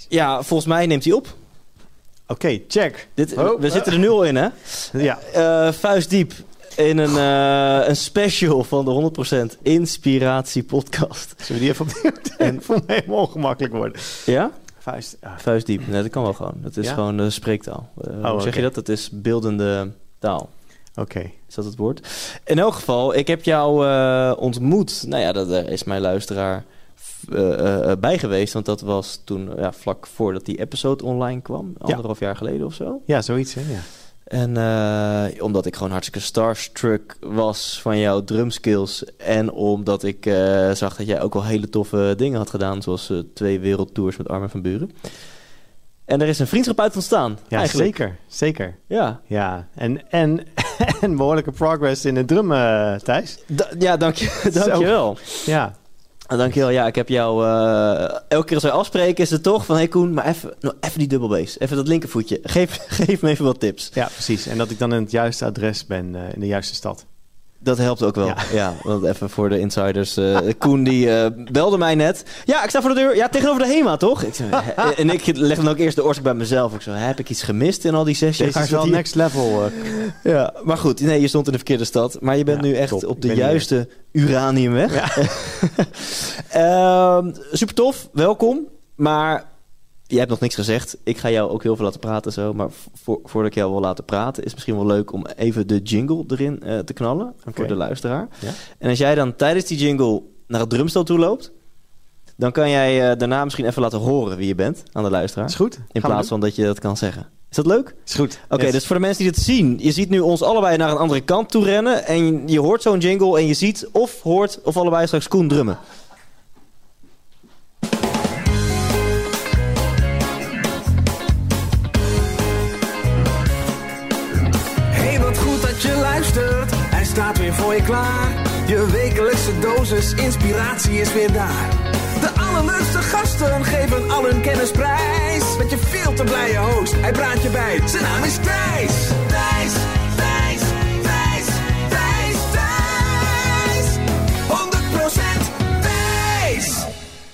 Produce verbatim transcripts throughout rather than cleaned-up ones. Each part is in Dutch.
Ja, volgens mij neemt hij op. Oké, okay, check. Dit, oh, we uh. zitten er nu al in, hè? Ja. Uh, vuistdiep in een, uh, een special van de honderd procent Inspiratie podcast. Zullen we die even opnieuw doen? En voor mij helemaal ongemakkelijk worden. Ja? Vuist, uh. Vuistdiep. Nee, dat kan wel gewoon. Dat is ja? gewoon uh, spreektaal. Uh, oh, hoe zeg okay. je dat? Dat is beeldende taal. Oké. Okay. Is dat het woord? In elk geval, ik heb jou uh, ontmoet. Nou ja, dat uh, is mijn luisteraar uh, uh, bij geweest. Want dat was toen ja, vlak voordat die episode online kwam. Anderhalf ja. jaar geleden of zo. Ja, zoiets hè, ja. En uh, omdat ik gewoon hartstikke starstruck was van jouw drumskills. En omdat ik uh, zag dat jij ook wel hele toffe dingen had gedaan. Zoals uh, twee wereldtours met Armin van Buuren. En er is een vriendschap uit ontstaan. Ja, eigenlijk. zeker. Zeker. Ja. Ja, en, en, en behoorlijke progress in het drummen, uh, Thijs. Da- ja, dank je, dank je wel. Ja. Dank je wel. Ja, ik heb jou... Uh, elke keer als wij afspreken is het toch van... Hé hey Koen, maar even, nou, even die dubbelbass. Even dat linkervoetje. Geef, geef me even wat tips. Ja, precies. En dat ik dan in het juiste adres ben. Uh, in de juiste stad. Dat helpt ook wel. Ja, ja, want even voor de insiders. Uh, Koen die uh, belde mij net. Ja, ik sta voor de deur. Ja, tegenover de HEMA, toch? Ik zei, en ik leg dan ook eerst de oorzaak bij mezelf. Ik zei, heb ik iets gemist in al die zes jaar? Deze is wel hier? Next level. Uh. Ja, maar goed. Nee, je stond in de verkeerde stad. Maar je bent ja, nu echt top. op de juiste uraniumweg. Ja. uh, super tof. Welkom. Maar... Je hebt nog niks gezegd. Ik ga jou ook heel veel laten praten zo. Maar vo- voordat ik jou wil laten praten... is het misschien wel leuk om even de jingle erin uh, te knallen. Okay. Voor de luisteraar. Ja? En als jij dan tijdens die jingle naar het drumstel toe loopt... dan kan jij uh, daarna misschien even laten horen wie je bent aan de luisteraar. Is goed. In plaats van dat je dat kan zeggen. Is dat leuk? Is goed. Oké, okay, yes. Dus voor de mensen die het zien... je ziet nu ons allebei naar een andere kant toe rennen... en je, je hoort zo'n jingle en je ziet of hoort... of allebei straks Koen drummen. Je luistert, hij staat weer voor je klaar. Je wekelijkse dosis inspiratie is weer daar. De allerleukste gasten geven al hun kennis prijs. Met je veel te blije host, hij praat je bij. Zijn naam is Thijs. Thijs, Thijs, Thijs, Thijs, Thijs. honderd procent Thijs.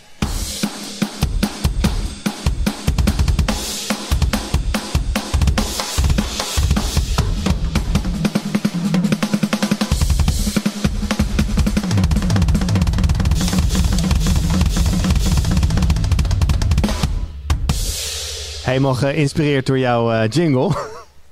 Helemaal geïnspireerd door jouw uh, jingle. Oh.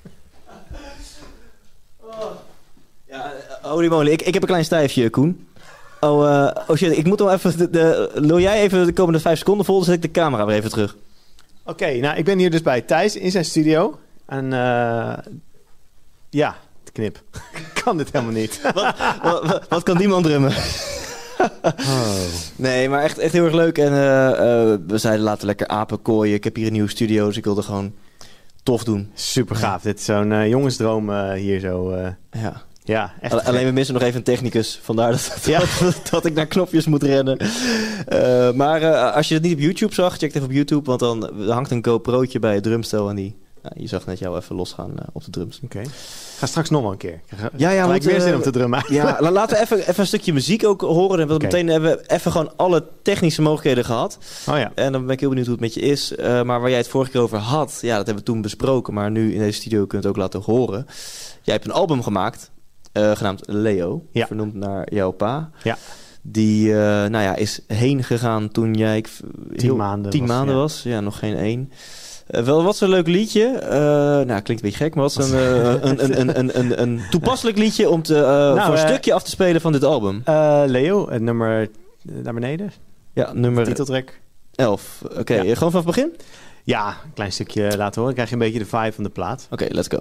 Ja, holy moly. Ik, ik heb een klein stijfje, Koen. Oh, uh, oh shit, ik moet nog even... De, de, lul jij even de komende vijf seconden vol, dan zet ik de camera weer even terug. Oké, okay, nou, ik ben hier dus bij Thijs in zijn studio. En uh, ja, knip. Ik kan dit helemaal niet. wat, wat, wat kan die man drummen? Oh. Nee, maar echt, echt heel erg leuk. En uh, uh, we zeiden laten lekker apen kooien. Ik heb hier een nieuwe studio, dus ik wilde gewoon tof doen. Super gaaf. Ja. Dit is zo'n uh, jongensdroom uh, hier zo. Uh, ja. Ja, echt. Alleen, alleen we missen nog even een technicus. Vandaar dat, ja. dat, dat ik naar knopjes moet rennen. Uh, maar uh, als je het niet op YouTube zag, check het even op YouTube. Want dan hangt een GoPro'tje bij het drumstel. En die, nou, je zag net jou even losgaan uh, op de drums. Oké. Okay. Ga straks nog wel een keer. Ga, ja, ja, ik weer zin om te drummen. Ja, laten we even, even een stukje muziek ook horen. En okay. Meteen hebben we even gewoon alle technische mogelijkheden gehad. Oh ja. En dan ben ik heel benieuwd hoe het met je is. Uh, maar waar jij het vorige keer over had, ja, dat hebben we toen besproken. Maar nu in deze studio kun je het ook laten horen. Jij hebt een album gemaakt, uh, genaamd Leo. Ja. Vernoemd naar jouw pa. Ja. Die, uh, nou ja, is heen gegaan toen jij ik, tien maanden, tien was, maanden ja. was. Ja, nog geen één. Uh, wel, wat is een leuk liedje. Uh, nou, klinkt een beetje gek, maar wat is een, uh, een, een, een, een, een toepasselijk liedje om te, uh, nou, voor een uh, stukje af te spelen van dit album? Uh, Leo, het nummer uh, naar beneden. Ja, nummer... Titeltrack. elf. Oké, okay, ja. Gewoon vanaf het begin? Ja, een klein stukje laten horen. Dan krijg je een beetje de vibe van de plaat. Oké, okay, let's go.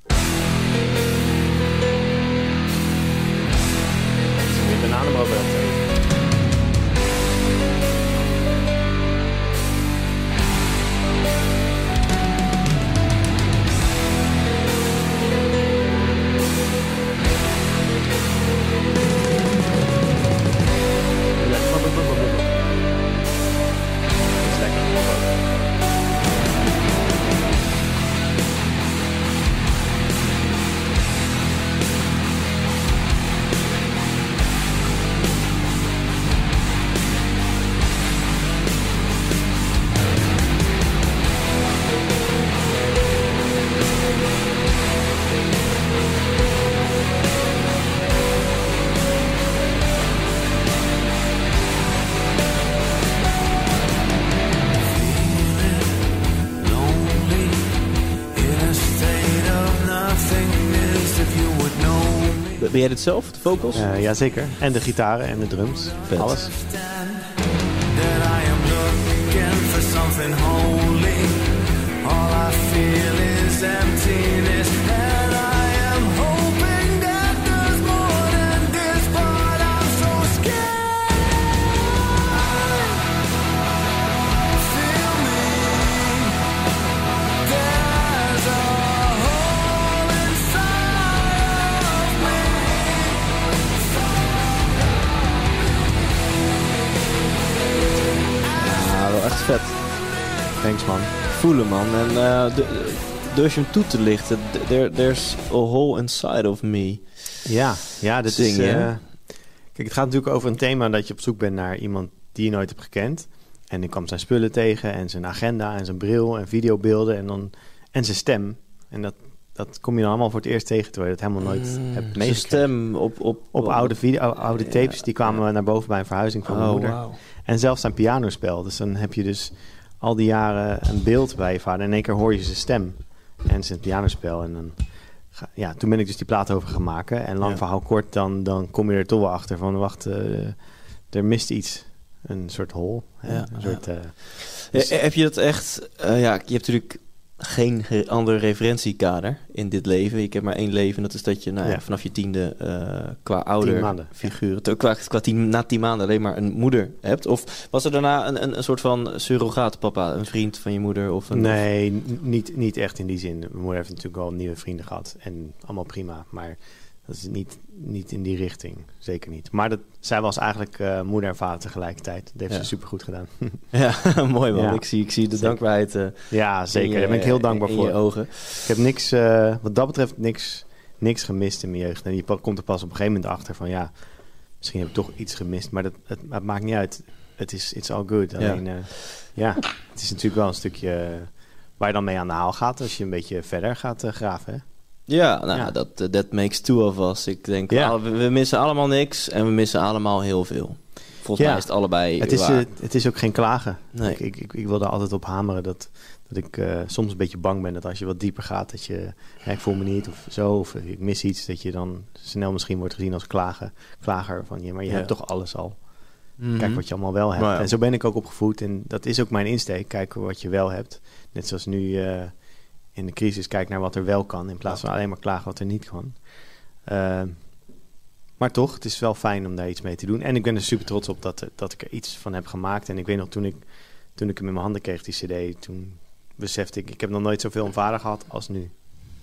Weer bananenbrood bij optreden. jij dit zelf, de vocals? Uh, Jazeker. En de gitaren en de drums. Vet. Alles. Something holy, all I feel is emptiness, and I am hoping that there's more than this, but I'm so scared. Feel me, there's a hole inside of me. Ja, wel echt vet. Thanks, man. Voelen, man. En uh, de, door je hem toe te lichten, there, there's a hole inside of me. Ja, ja dit Zing, is... Uh, kijk, het gaat natuurlijk over een thema dat je op zoek bent naar iemand die je nooit hebt gekend. En ik kwam zijn spullen tegen en zijn agenda en zijn bril en videobeelden en, dan, en zijn stem. En dat, dat kom je dan allemaal voor het eerst tegen, terwijl je dat helemaal nooit mm, hebt meegekregen. Zijn stem op... Op, op oude, video, oude ja, tapes, die kwamen ja. naar boven bij een verhuizing van oh, mijn moeder. Wow. En zelfs zijn pianospel. Dus dan heb je dus al die jaren een beeld bij je vader. En in één keer hoor je zijn stem en zijn pianospel. En dan, ga, ja, toen ben ik dus die plaat over gaan maken. En lang ja. verhaal kort, dan, dan kom je er toch wel achter van... wacht, uh, er mist iets. Een soort hol. Ja, een soort, uh, dus... ja, heb je dat echt... Uh, ja, je hebt natuurlijk geen ander referentiekader in dit leven. Ik heb maar één leven. En dat is dat je nou, ja. vanaf je tiende uh, qua ouder figuren... Ja. Qua, qua tien, na tien maanden alleen maar een moeder hebt. Of was er daarna een, een, een soort van surrogaatpapa? Een vriend van je moeder? Of een, nee, of... niet, niet echt in die zin. Mijn moeder heeft natuurlijk wel nieuwe vrienden gehad. En allemaal prima. Maar dat is niet, niet in die richting. Zeker niet. Maar dat, zij was eigenlijk uh, moeder en vader tegelijkertijd. Dat heeft ja. ze supergoed gedaan. Ja, mooi man. Ja. Ik, zie, ik zie de zeker. dankbaarheid uh, ja, zeker. Je, Daar ben ik heel dankbaar in voor. In je ogen. Ik heb niks, uh, wat dat betreft, niks, niks gemist in mijn jeugd. En je komt er pas op een gegeven moment achter van ja, misschien heb ik toch iets gemist. Maar dat, het, het maakt niet uit. Het is it's all good. Alleen, ja. Uh, ja, het is natuurlijk wel een stukje waar je dan mee aan de haal gaat als je een beetje verder gaat uh, graven, hè? Ja, nou, ja. dat uh, that makes two of us. Ik denk, ja. we, we missen allemaal niks en we missen allemaal heel veel. Volgens ja. mij is het allebei het is, waar. Uh, het is ook geen klagen. Nee. Ik, ik, ik, ik wil er altijd op hameren dat, dat ik uh, soms een beetje bang ben dat als je wat dieper gaat, dat je, ja, ik voel me niet of zo, of ik mis iets, dat je dan snel misschien wordt gezien als klagen, klager van je, maar je ja. hebt toch alles al. Mm-hmm. Kijk wat je allemaal wel hebt. Ja. En zo ben ik ook opgevoed en dat is ook mijn insteek. Kijk wat je wel hebt. Net zoals nu... Uh, in de crisis kijk naar wat er wel kan... in plaats van alleen maar klagen wat er niet kan. Uh, maar toch, het is wel fijn om daar iets mee te doen. En ik ben er super trots op dat, dat ik er iets van heb gemaakt. En ik weet nog, toen ik, toen ik hem in mijn handen kreeg, die cd... toen besefte ik, ik heb nog nooit zoveel een vader gehad als nu.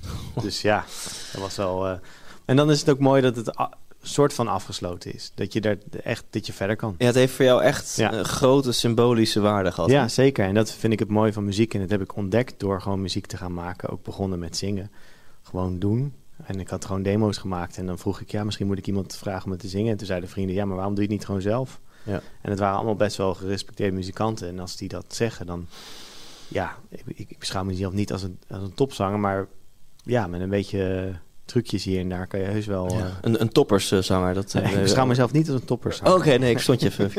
Dus ja, dat was wel... Uh, en dan is het ook mooi dat het... A- soort van afgesloten is. Dat je daar echt dat je verder kan. Ja, het heeft voor jou echt ja. een grote symbolische waarde gehad. Ja, zeker. En dat vind ik het mooie van muziek. En dat heb ik ontdekt door gewoon muziek te gaan maken. Ook begonnen met zingen. Gewoon doen. En ik had gewoon demo's gemaakt. En dan vroeg ik, ja, misschien moet ik iemand vragen om het te zingen. En toen zeiden vrienden, ja, maar waarom doe je het niet gewoon zelf? Ja. En het waren allemaal best wel gerespecteerde muzikanten. En als die dat zeggen, dan... Ja, ik, ik, ik beschouw mezelf niet als een, als een topzanger. Maar ja, met een beetje... trucjes hier en daar kan je heus wel... Ja. Uh... Een, een topperszanger. Dat, nee, uh, ik beschouw mezelf niet als een topperszanger. Oké, okay, nee, ik stond je even...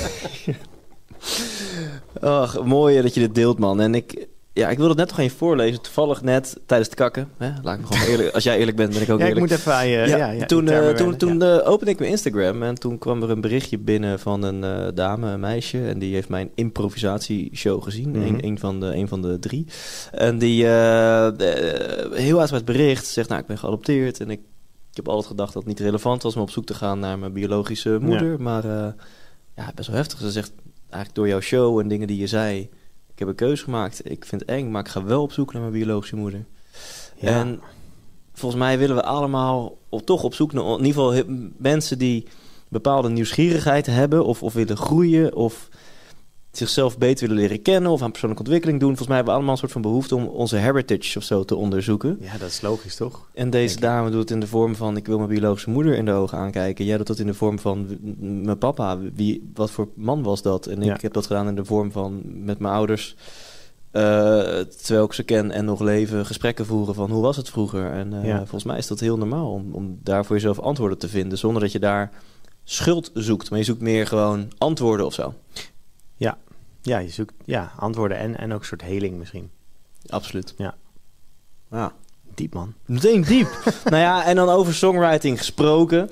Ach, mooi dat je dit deelt, man. En ik... Ja, ik wilde het net nog aan je voorlezen. Toevallig net tijdens het kakken. Hè? Laat ik me gewoon eerlijk... Als jij eerlijk bent, ben ik ook ja, eerlijk. Ik moet even aan je... Ja, ja, ja, toen uh, toen, toen ja. uh, opende ik mijn Instagram. En toen kwam er een berichtje binnen van een uh, dame, een meisje. En die heeft mijn improvisatieshow gezien. Mm-hmm. Een, een, van de, een van de drie. En die uh, uh, heel uitgebreid bericht. Zegt, nou, ik ben geadopteerd. En ik, ik heb altijd gedacht dat het niet relevant was om op zoek te gaan naar mijn biologische moeder. Ja. Maar uh, ja, best wel heftig. Ze zegt, eigenlijk door jouw show en dingen die je zei... Ik heb een keuze gemaakt. Ik vind het eng, maar ik ga wel op zoek naar mijn biologische moeder. Ja. En volgens mij willen we allemaal of toch op zoek naar... in ieder geval mensen die bepaalde nieuwsgierigheid hebben... of, of willen groeien, of zichzelf beter willen leren kennen... of aan persoonlijke ontwikkeling doen. Volgens mij hebben we allemaal een soort van behoefte... om onze heritage of zo te onderzoeken. Ja, dat is logisch, toch? En deze dame doet het in de vorm van... ik wil mijn biologische moeder in de ogen aankijken. Jij doet dat in de vorm van... mijn papa, wie, wat voor man was dat? En ik ja. heb dat gedaan in de vorm van... met mijn ouders... Uh, terwijl ik ze ken en nog leven... gesprekken voeren van hoe was het vroeger? En uh, ja. volgens mij is dat heel normaal... Om, om daar voor jezelf antwoorden te vinden... zonder dat je daar schuld zoekt. Maar je zoekt meer gewoon antwoorden of zo. Ja. Ja, je zoekt ja, antwoorden en, en ook een soort heling misschien. Absoluut. Ja. Ja. Diep, man. Meteen diep. Nou ja, en dan over songwriting gesproken.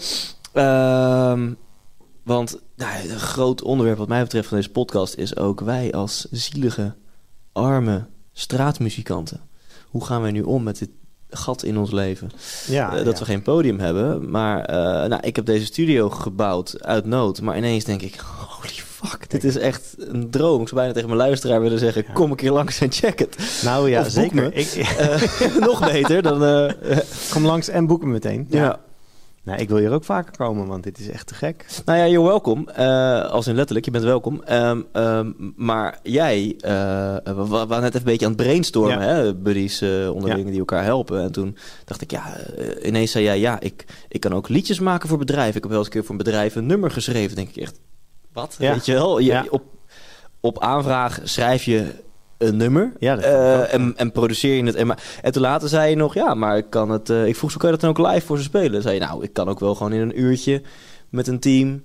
Um, want nou, een groot onderwerp wat mij betreft van deze podcast is ook wij als zielige, arme straatmuzikanten. Hoe gaan wij nu om met dit gat in ons leven? Ja, uh, dat ja. we geen podium hebben. Maar uh, nou, ik heb deze studio gebouwd uit nood. Maar ineens denk ik, holy fuck, dit is echt een droom. Ik zou bijna tegen mijn luisteraar willen zeggen, ja. kom een keer langs en check het. Nou ja, of zeker. Ik, uh, nog beter dan... Uh, Kom langs en boek me meteen. Ja. ja. Nou, ik wil hier ook vaker komen, want dit is echt te gek. Nou ja, you're welkom. Uh, als in letterlijk, je bent welkom. Um, um, maar jij, uh, we waren net even een beetje aan het brainstormen, ja. hè? Buddies uh, onderling ja. die elkaar helpen. En toen dacht ik, ja, uh, ineens zei jij, ja, ik, ik kan ook liedjes maken voor bedrijven. Ik heb wel eens een keer voor een bedrijf een nummer geschreven. Denk ik echt, wat? Ja. Weet je wel? Je, ja. op, op aanvraag schrijf je een nummer ja, dat uh, en, en produceer je het. En, en toen later zei je nog, ja, maar ik kan het... Uh, ik vroeg, zo kan je dat dan ook live voor ze spelen? Dan zei je, nou, ik kan ook wel gewoon in een uurtje met een team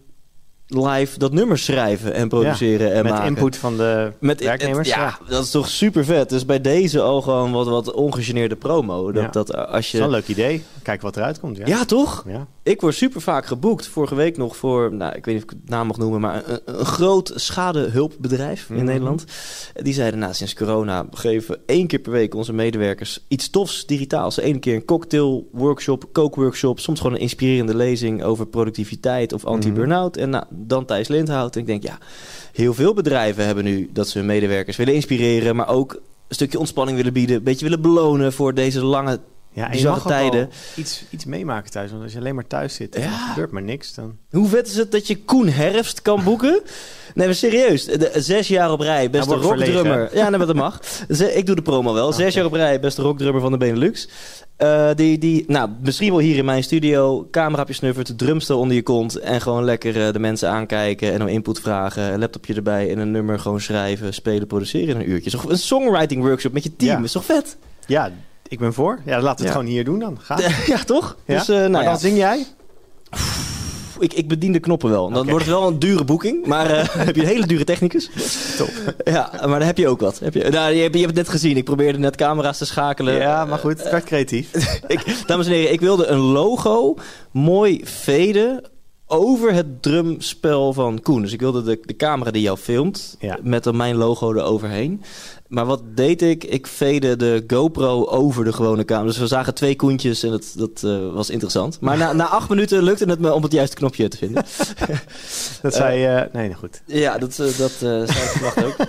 live dat nummer schrijven en produceren ja, en met maken. Met input van de met werknemers. Het, ja, ja, dat is toch super vet. Dus bij deze al gewoon wat, wat ongegeneerde promo. Dat, ja. dat als je... Dat is een leuk idee. Kijk wat eruit komt. Ja, ja toch? Ja. Ik word super vaak geboekt. Vorige week nog voor, nou, ik weet niet of ik het naam mag noemen, maar een, een groot schadehulpbedrijf mm-hmm. in Nederland. Die zeiden, nou, sinds corona geven we één keer per week onze medewerkers iets tofs digitaals. De ene keer een cocktailworkshop, kookworkshop, soms gewoon een inspirerende lezing over productiviteit of anti-burnout. Mm-hmm. En nou, dan Thijs Lindhout. En ik denk, ja, heel veel bedrijven hebben nu dat ze hun medewerkers willen inspireren, maar ook een stukje ontspanning willen bieden, een beetje willen belonen voor deze lange Ja, en je mag tijden. Iets, iets meemaken thuis. Want als je alleen maar thuis zit, ja. dan gebeurt maar niks. Dan... Hoe vet is het dat je Koen Herfst kan boeken? Nee, maar serieus. De, zes jaar op rij, beste nou, rockdrummer. Ja, nee, maar dat mag. Ik doe de promo wel. Zes okay. jaar op rij, beste rockdrummer van de Benelux. Uh, die, die, nou, misschien wel hier in mijn studio, camera op je snuffert, drumstel onder je kont en gewoon lekker uh, de mensen aankijken en om input vragen, een laptopje erbij en een nummer gewoon schrijven, spelen, produceren in een uurtje. Toch een songwriting workshop met je team, ja. is toch vet? Ja, ik ben voor. Ja, laten we het ja. gewoon hier doen dan. Ga. Ja, toch? Ja? Dus, uh, nou maar dan ja. zing jij? Ik, ik bedien de knoppen wel. Dan okay. wordt het wel een dure boeking. Maar uh, heb je een hele dure technicus. Top. Ja, maar dan heb je ook wat. Heb je, nou, je, hebt, je hebt het net gezien. Ik probeerde net camera's te schakelen. Ja, maar goed. Het werd creatief. ik, dames en heren, ik wilde een logo mooi veden over het drumspel van Koen. Dus ik wilde de, de camera die jou filmt ja. met dan mijn logo eroverheen. Maar wat deed ik? Ik vede de GoPro over de gewone camera. Dus we zagen twee Koentjes en dat, dat uh, was interessant. Maar na, na acht minuten lukte het me om het juiste knopje te vinden. dat zei je... Uh, nee, goed. Ja, dat, uh, dat uh, zei ik vannacht ook.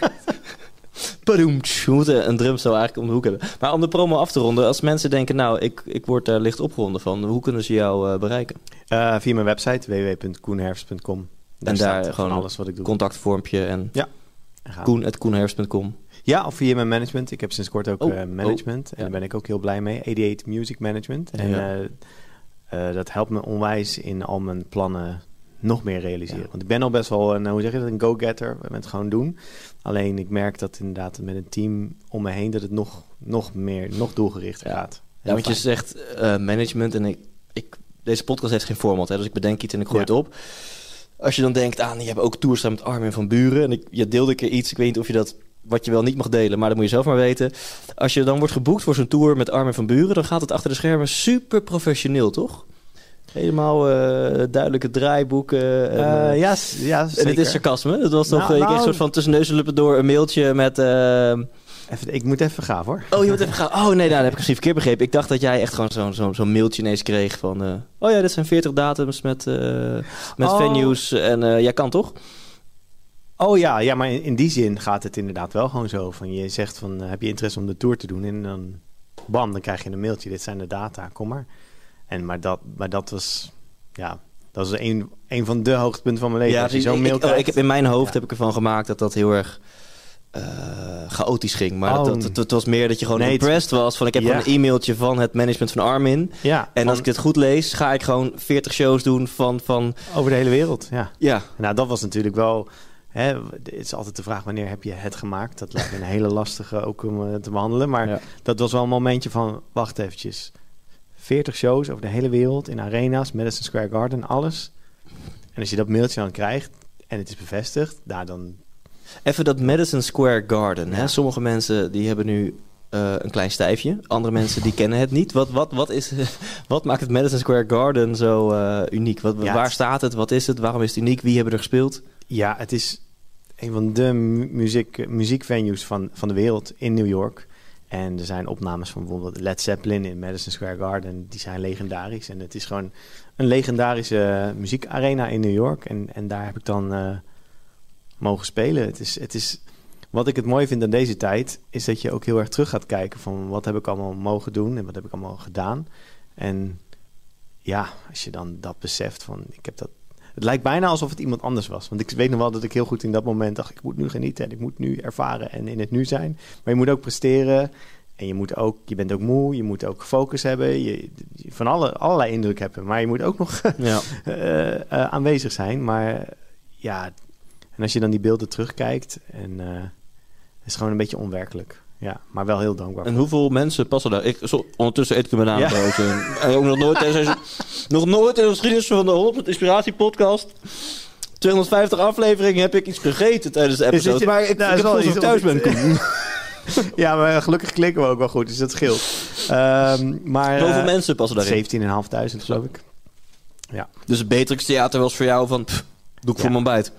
We moeten een drumstel eigenlijk om de hoek hebben. Maar om de promo af te ronden, als mensen denken, nou, ik, ik word daar licht opgewonden van. Hoe kunnen ze jou uh, bereiken? Uh, via mijn website, w w w punt koen herfst punt com. En daar gewoon alles wat ik doe. Contactvormpje en ja. koen at koen herfst punt com. Ja, of via mijn management. Ik heb sinds kort ook oh, uh, management. Oh, en ja. daar ben ik ook heel blij mee. achtennegentig Music Management. En ja. uh, uh, dat helpt me onwijs in al mijn plannen nog meer realiseren. Ja. Want ik ben al best wel een, hoe zeg je dat, een go-getter met het gewoon doen. Alleen ik merk dat inderdaad met een team om me heen dat het nog, nog meer, nog doelgerichter ja. gaat. Ja, want je zegt uh, management en ik, ik, deze podcast heeft geen format, hè, dus ik bedenk iets en ik gooi ja. het op. Als je dan denkt aan, je hebt ook tours staan met Armin van Buuren en ik, je deelde een keer iets, ik weet niet of je dat, wat je wel niet mag delen, maar dat moet je zelf maar weten. Als je dan wordt geboekt voor zo'n tour met Armin van Buuren, dan gaat het achter de schermen super professioneel, toch? Helemaal uh, duidelijke draaiboeken. En, uh, ja, ja, zeker. En dit is sarcasme. Dat was toch, nou, je kreeg nou, een soort van tussen neus en lippen door een mailtje met... Uh... Even, ik moet even gaan, hoor. Oh, je moet even gaan. Oh, nee, nou, dat heb ik misschien verkeerd begrepen. Ik dacht dat jij echt gewoon zo'n zo, zo mailtje ineens kreeg van... Uh, oh ja, dit zijn veertig datums met, uh, met oh. venues. En uh, jij kan toch? Oh ja, ja, maar in, in die zin gaat het inderdaad wel gewoon zo. Van je zegt van, uh, heb je interesse om de tour te doen? En dan, bam, dan krijg je een mailtje. Dit zijn de data, kom maar. En, maar, dat, maar dat was, ja, dat was een, een van de hoogtepunten van mijn leven. Ja, als je zo'n mail ik, oh, ik heb in mijn hoofd ja. heb ik ervan gemaakt dat dat heel erg uh, chaotisch ging. Maar oh. dat, dat, het was meer dat je gewoon nee, impressed was. Van ik heb ja. gewoon een e-mailtje van het management van Armin. Ja, en als ik dit goed lees, ga ik gewoon veertig shows doen van... van... over de hele wereld, ja. ja. Nou, dat was natuurlijk wel... Hè, het is altijd de vraag, wanneer heb je het gemaakt? Dat lijkt me een hele lastige ook om uh, te behandelen. Maar ja. dat was wel een momentje van, wacht eventjes... veertig shows over de hele wereld in arena's, Madison Square Garden, alles. En als je dat mailtje dan krijgt en het is bevestigd, daar dan... Even dat Madison Square Garden. Ja. Hè? Sommige mensen die hebben nu uh, een klein stijfje. Andere mensen die kennen het niet. Wat, wat, wat, is, wat maakt het Madison Square Garden zo uh, uniek? Wat, ja, waar het... staat het? Wat is het? Waarom is het uniek? Wie hebben er gespeeld? Ja, het is een van de mu- muziek, muziekvenues van, van de wereld in New York. En er zijn opnames van bijvoorbeeld Led Zeppelin in Madison Square Garden. Die zijn legendarisch. En het is gewoon een legendarische muziekarena in New York. En, en daar heb ik dan uh, mogen spelen. Het is, het is, wat ik het mooi vind aan deze tijd, is dat je ook heel erg terug gaat kijken van wat heb ik allemaal mogen doen en wat heb ik allemaal gedaan. En ja, als je dan dat beseft van ik heb dat. Het lijkt bijna alsof het iemand anders was. Want ik weet nog wel dat ik heel goed in dat moment dacht, ik moet nu genieten en ik moet nu ervaren en in het nu zijn. Maar je moet ook presteren en je moet ook, je bent ook moe, je moet ook focus hebben, je, je van alle, allerlei indruk hebben. Maar je moet ook nog ja. uh, uh, aanwezig zijn. Maar ja, en als je dan die beelden terugkijkt en uh, het is gewoon een beetje onwerkelijk. Ja, maar wel heel dankbaar. En hoeveel mensen passen daar? Ik, zo, ondertussen eet ik een bananenbroodje. Ja. En ook nog nooit, deze, nog nooit in de geschiedenis van de honderd Inspiratie podcast. tweehonderdvijftig afleveringen heb ik iets gegeten tijdens de episode. Je, maar ik, nou, ik heb gevoel dat ik thuis ben. Ja, maar gelukkig klikken we ook wel goed, dus dat scheelt. Um, maar hoeveel uh, mensen passen daarin? zeventienduizend geloof ik. Ja. Dus het Beatrix Theater was voor jou van, pff, doe ik voor ja. mijn ontbijt.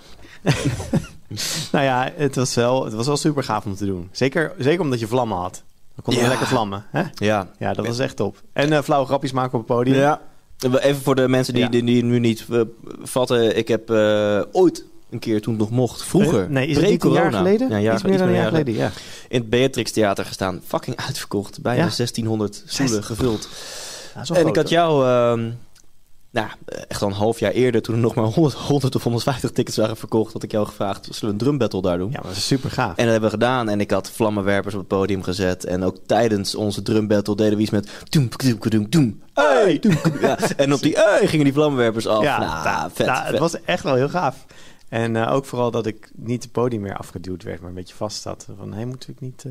Nou ja, het was wel, het was wel super gaaf om te doen. Zeker, zeker omdat je vlammen had. Dan kon je ja. lekker vlammen. Hè? Ja. Ja, dat was echt top. En uh, flauwe grapjes maken op het podium. Ja. Even voor de mensen die, ja. die, die nu niet uh, vatten. Ik heb uh, ooit een keer toen het nog mocht, vroeger. Nee, is het niet een jaar geleden? Ja, jaar, iets meer dan een jaar geleden, ja. In het Beatrix Theater gestaan. Fucking uitverkocht. Bijna ja. zestienhonderd stoelen gevuld. Ja, en groot, ik had jou... Uh, Nou, echt al een half jaar eerder, toen er nog maar honderd, honderd of honderdvijftig tickets waren verkocht, had ik jou gevraagd, zullen we een drum battle daar doen? Ja, maar dat is super gaaf. En dat hebben we gedaan. En ik had vlammenwerpers op het podium gezet. En ook tijdens onze drum battle deden we iets met doem, doem, doem, doem. Hey, doem, ja. En op die hey, gingen die vlammenwerpers af. Ja, nou, da, vet, da, vet. Het was echt wel heel gaaf. En uh, ook vooral dat ik niet het podium meer afgeduwd werd, maar een beetje vast zat. Van, hé, hey, moet ik niet... Uh...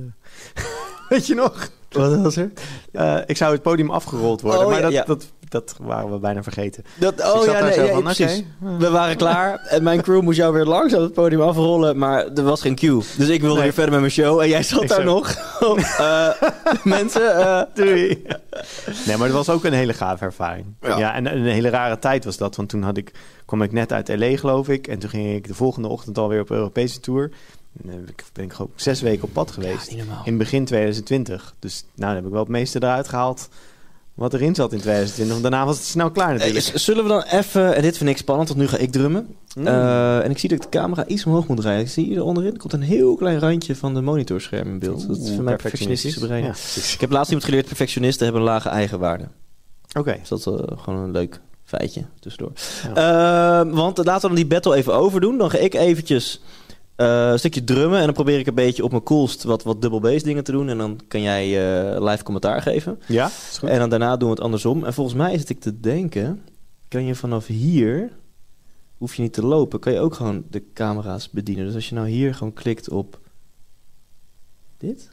Weet je nog? Wat was er? Uh, ik zou het podium afgerold worden, oh, maar ja, dat, ja. dat, dat waren we bijna vergeten. Dat, oh dus ja, nee, ja, van, precies. Okay. We waren klaar en mijn crew moest jou weer langzaam het podium afrollen, maar er was geen cue. Dus ik wilde nee. weer verder met mijn show en jij zat ik daar zo. nog. uh, mensen, uh, doei. Nee, maar het was ook een hele gave ervaring. Ja, ja en een hele rare tijd was dat, want toen had ik, kwam ik net uit L A, geloof ik, en toen ging ik de volgende ochtend alweer op Europese tour. Dan ben ik gewoon zes weken op pad geweest. Ja, in begin twintig twintig. Dus nou, dan heb ik wel het meeste eruit gehaald wat erin zat in twintig twintig. Daarna was het snel klaar natuurlijk. Hey, zullen we dan even... En dit vind ik spannend, want nu ga ik drummen. Mm. Uh, en ik zie dat ik de camera iets omhoog moet draaien. Zie je er onderin? Er komt een heel klein randje van de monitorscherm in beeld. Dat is voor mijn perfectionistische brein. Ja. Ik heb laatst iemand geleerd, perfectionisten hebben een lage eigenwaarde. Oké. Okay. Dus dat is uh, gewoon een leuk feitje tussendoor. Ja. Uh, want laten we dan die battle even overdoen. Dan ga ik eventjes... Uh, een stukje drummen en dan probeer ik een beetje op mijn coolst wat, wat double bass dingen te doen. En dan kan jij uh, live commentaar geven. Ja, is goed. En dan daarna doen we het andersom. En volgens mij zit ik te denken, kan je vanaf hier, hoef je niet te lopen, kan je ook gewoon de camera's bedienen. Dus als je nou hier gewoon klikt op dit.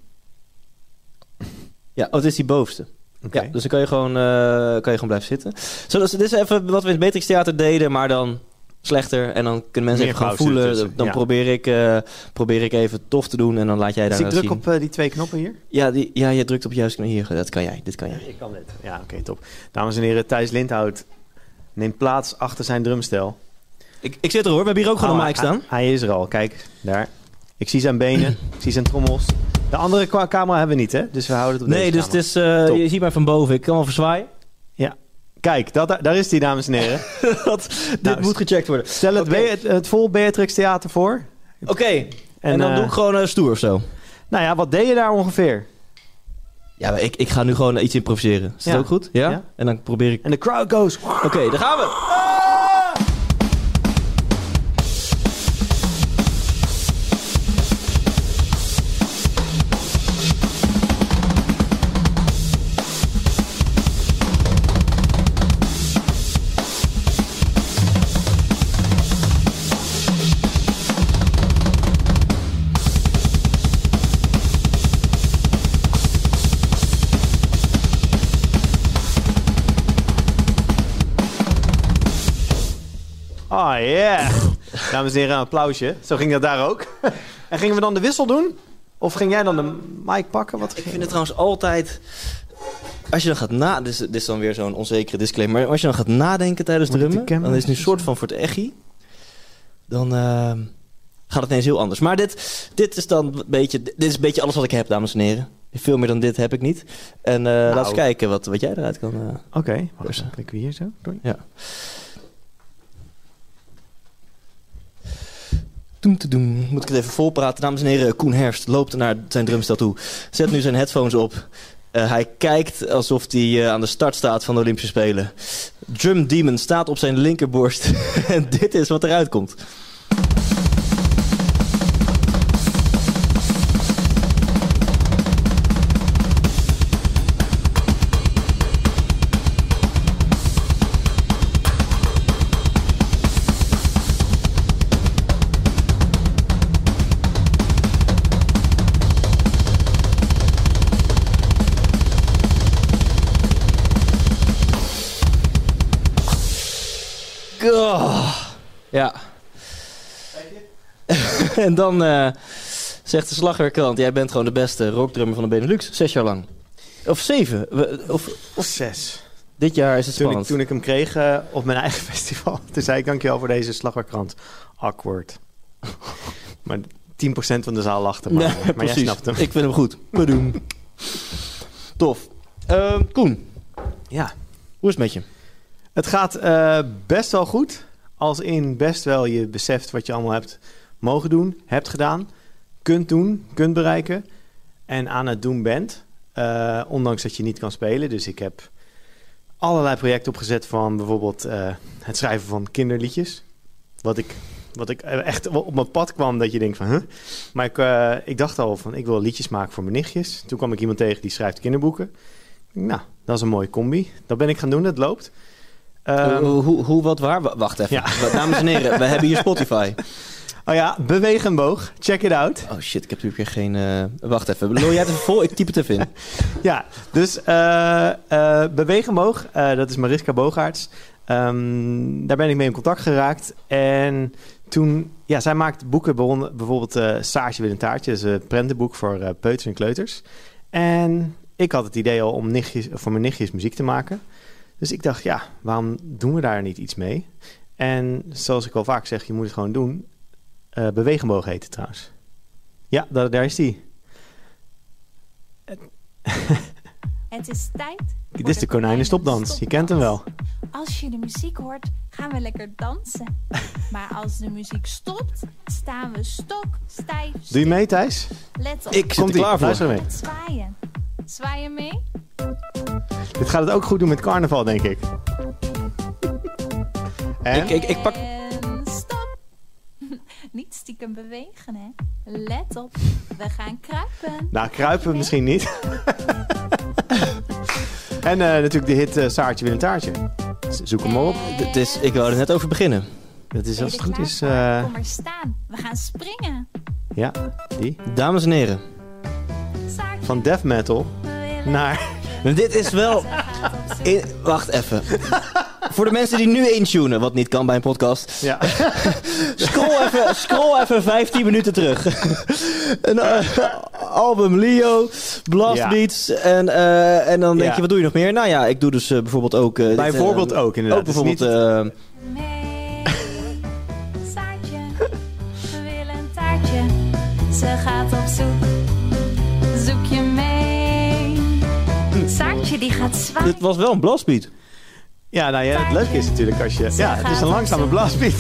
Ja, oh, het is die bovenste. Okay. Ja, dus dan kan je gewoon, uh, kan je gewoon blijven zitten. Zo, dus dit is even wat we in het Beatrix Theater deden, maar dan... slechter en dan kunnen mensen even gaan voelen. Tussen. Dan ja. probeer, ik, uh, probeer ik even tof te doen en dan laat jij daar dus ik druk zien. op uh, die twee knoppen hier? Ja, die, ja, je drukt op juist knop hier. Dat kan jij. Dit kan jij. Ja, ik kan dit. Ja, oké, okay, top. Dames en heren, Thijs Lindhout neemt plaats achter zijn drumstel. Ik, ik zit er hoor. We hebben hier ook oh, gewoon een mic staan. Hij, hij is er al. Kijk, daar. Ik zie zijn benen. Ik zie zijn trommels. De andere camera hebben we niet, hè? Dus we houden het op nee, deze dus het is, uh, je ziet mij van boven. Ik kan wel verzwaaien. Ja. Kijk, dat, daar is die, dames en heren. dat, dit nou, moet gecheckt worden. Stel het, okay. het, het vol Beatrix Theater voor. Oké, okay. en, en dan uh, doe ik gewoon uh, stoer of zo. Nou ja, wat deed je daar ongeveer? Ja, maar ik, ik ga nu gewoon iets improviseren. Is dat ja. ook goed? Ja? ja? En dan probeer ik... En de crowd goes... Oké, okay, daar gaan we! Oh yeah. Dames en heren, een applausje. Zo ging dat daar ook. En gingen we dan de wissel doen? Of ging jij dan de mic pakken? Wat ik vind het trouwens altijd... Als je dan gaat na... Dit is, dit is dan weer zo'n onzekere disclaimer. Maar als je dan gaat nadenken tijdens drummen... Dan is het nu een soort van voor het echi. Dan uh, gaat het ineens heel anders. Maar dit, dit is dan een beetje... Dit is een beetje alles wat ik heb, dames en heren. Veel meer dan dit heb ik niet. En uh, nou. laten we kijken wat, wat jij eruit kan... Uh, Oké, okay, wacht even. Klikken we hier zo? Doei. Ja. Doem te doen. Moet ik het even volpraten. Dames en heren, Koen Herfst loopt naar zijn drumstel toe. Zet nu zijn headphones op. Uh, hij kijkt alsof hij uh, aan de start staat van de Olympische Spelen. Drum Demon staat op zijn linkerborst. En dit is wat eruit komt. Oh, ja. En dan uh, zegt de slagwerkrant... jij bent gewoon de beste rockdrummer van de Benelux. Zes jaar lang. Of zeven. Of, of zes. Dit jaar is het toen spannend. Ik, toen ik hem kreeg uh, op mijn eigen festival... toen zei ik dankjewel voor deze slagwerkrant. Awkward. Maar tien procent van de zaal lachte. Maar, nee, maar jij snapt hem. Ik vind hem goed. Bedoem. Tof. Uh, Koen. Ja. Hoe is het met je? Het gaat uh, best wel goed. Als in best wel je beseft wat je allemaal hebt mogen doen, hebt gedaan, kunt doen, kunt bereiken en aan het doen bent. Uh, ondanks dat je niet kan spelen. Dus ik heb allerlei projecten opgezet van bijvoorbeeld uh, het schrijven van kinderliedjes. Wat ik, wat ik echt op mijn pad kwam dat je denkt van... Huh? Maar ik, uh, ik dacht al van ik wil liedjes maken voor mijn nichtjes. Toen kwam ik iemand tegen die schrijft kinderboeken. Nou, dat is een mooie combi. Dat ben ik gaan doen, het loopt. Um, uh, hoe, hoe, wat, waar? Wacht even. Ja. Dames en heren, we hebben hier Spotify. Oh ja, Bewegenboog. Check it out. Oh shit, ik heb natuurlijk geen... Uh... Wacht even. Looi jij het even vol? Ik typ het even in. Ja, dus uh, uh, Bewegenboog. Uh, dat is Mariska Boogaerts. Um, daar ben ik mee in contact geraakt. En toen... Ja, zij maakt boeken. Bijvoorbeeld uh, Saartje wil een taartje. Dat is een prentenboek voor uh, peuters en kleuters. En ik had het idee al om nichtjes, voor mijn nichtjes muziek te maken. Dus ik dacht, ja, waarom doen we daar niet iets mee? En zoals ik al vaak zeg, je moet het gewoon doen. Uh, Bewegenboog heet het trouwens. Ja, daar, daar is die. Het is tijd. Dit is de konijnenstopdans. Je kent hem wel. Als je de muziek hoort, gaan we lekker dansen. Maar als de muziek stopt, staan we stokstijf. Doe je mee, Thijs? Let op. Ik zit er klaar voor. Mee. Zwaaien. Zwaaien mee? Dit gaat het ook goed doen met carnaval, denk ik. En? Ik, ik, ik pak... En stop. Niet stiekem bewegen, hè. Let op. We gaan kruipen. Nou, kruipen misschien niet. En uh, natuurlijk de hit uh, Saartje wil een taartje. Zoek hem maar op. Het is, ik wou er net over beginnen. Dat is als het goed is... Uh... Kom maar staan. We gaan springen. Ja, die. Dames en heren. Saartje. Van death metal naar... Dit is wel... In, wacht even. Voor de mensen die nu intunen, wat niet kan bij een podcast. Ja. scroll, even, scroll even vijftien minuten terug. Een uh, album Leo, Blast ja. Beats. En, uh, en dan denk ja. je, wat doe je nog meer? Nou ja, ik doe dus uh, bijvoorbeeld ook... Uh, bijvoorbeeld dit, uh, ook, inderdaad. Ook bijvoorbeeld... Uh, nee, Saartje, we willen een taartje. Ze gaat op zoek. Zoek je mee. Saartje die gaat zwaaien. Dit was wel een blastbeat. Ja, nou ja, het leuke is natuurlijk als je... Ja, het is een langzame blastbeat.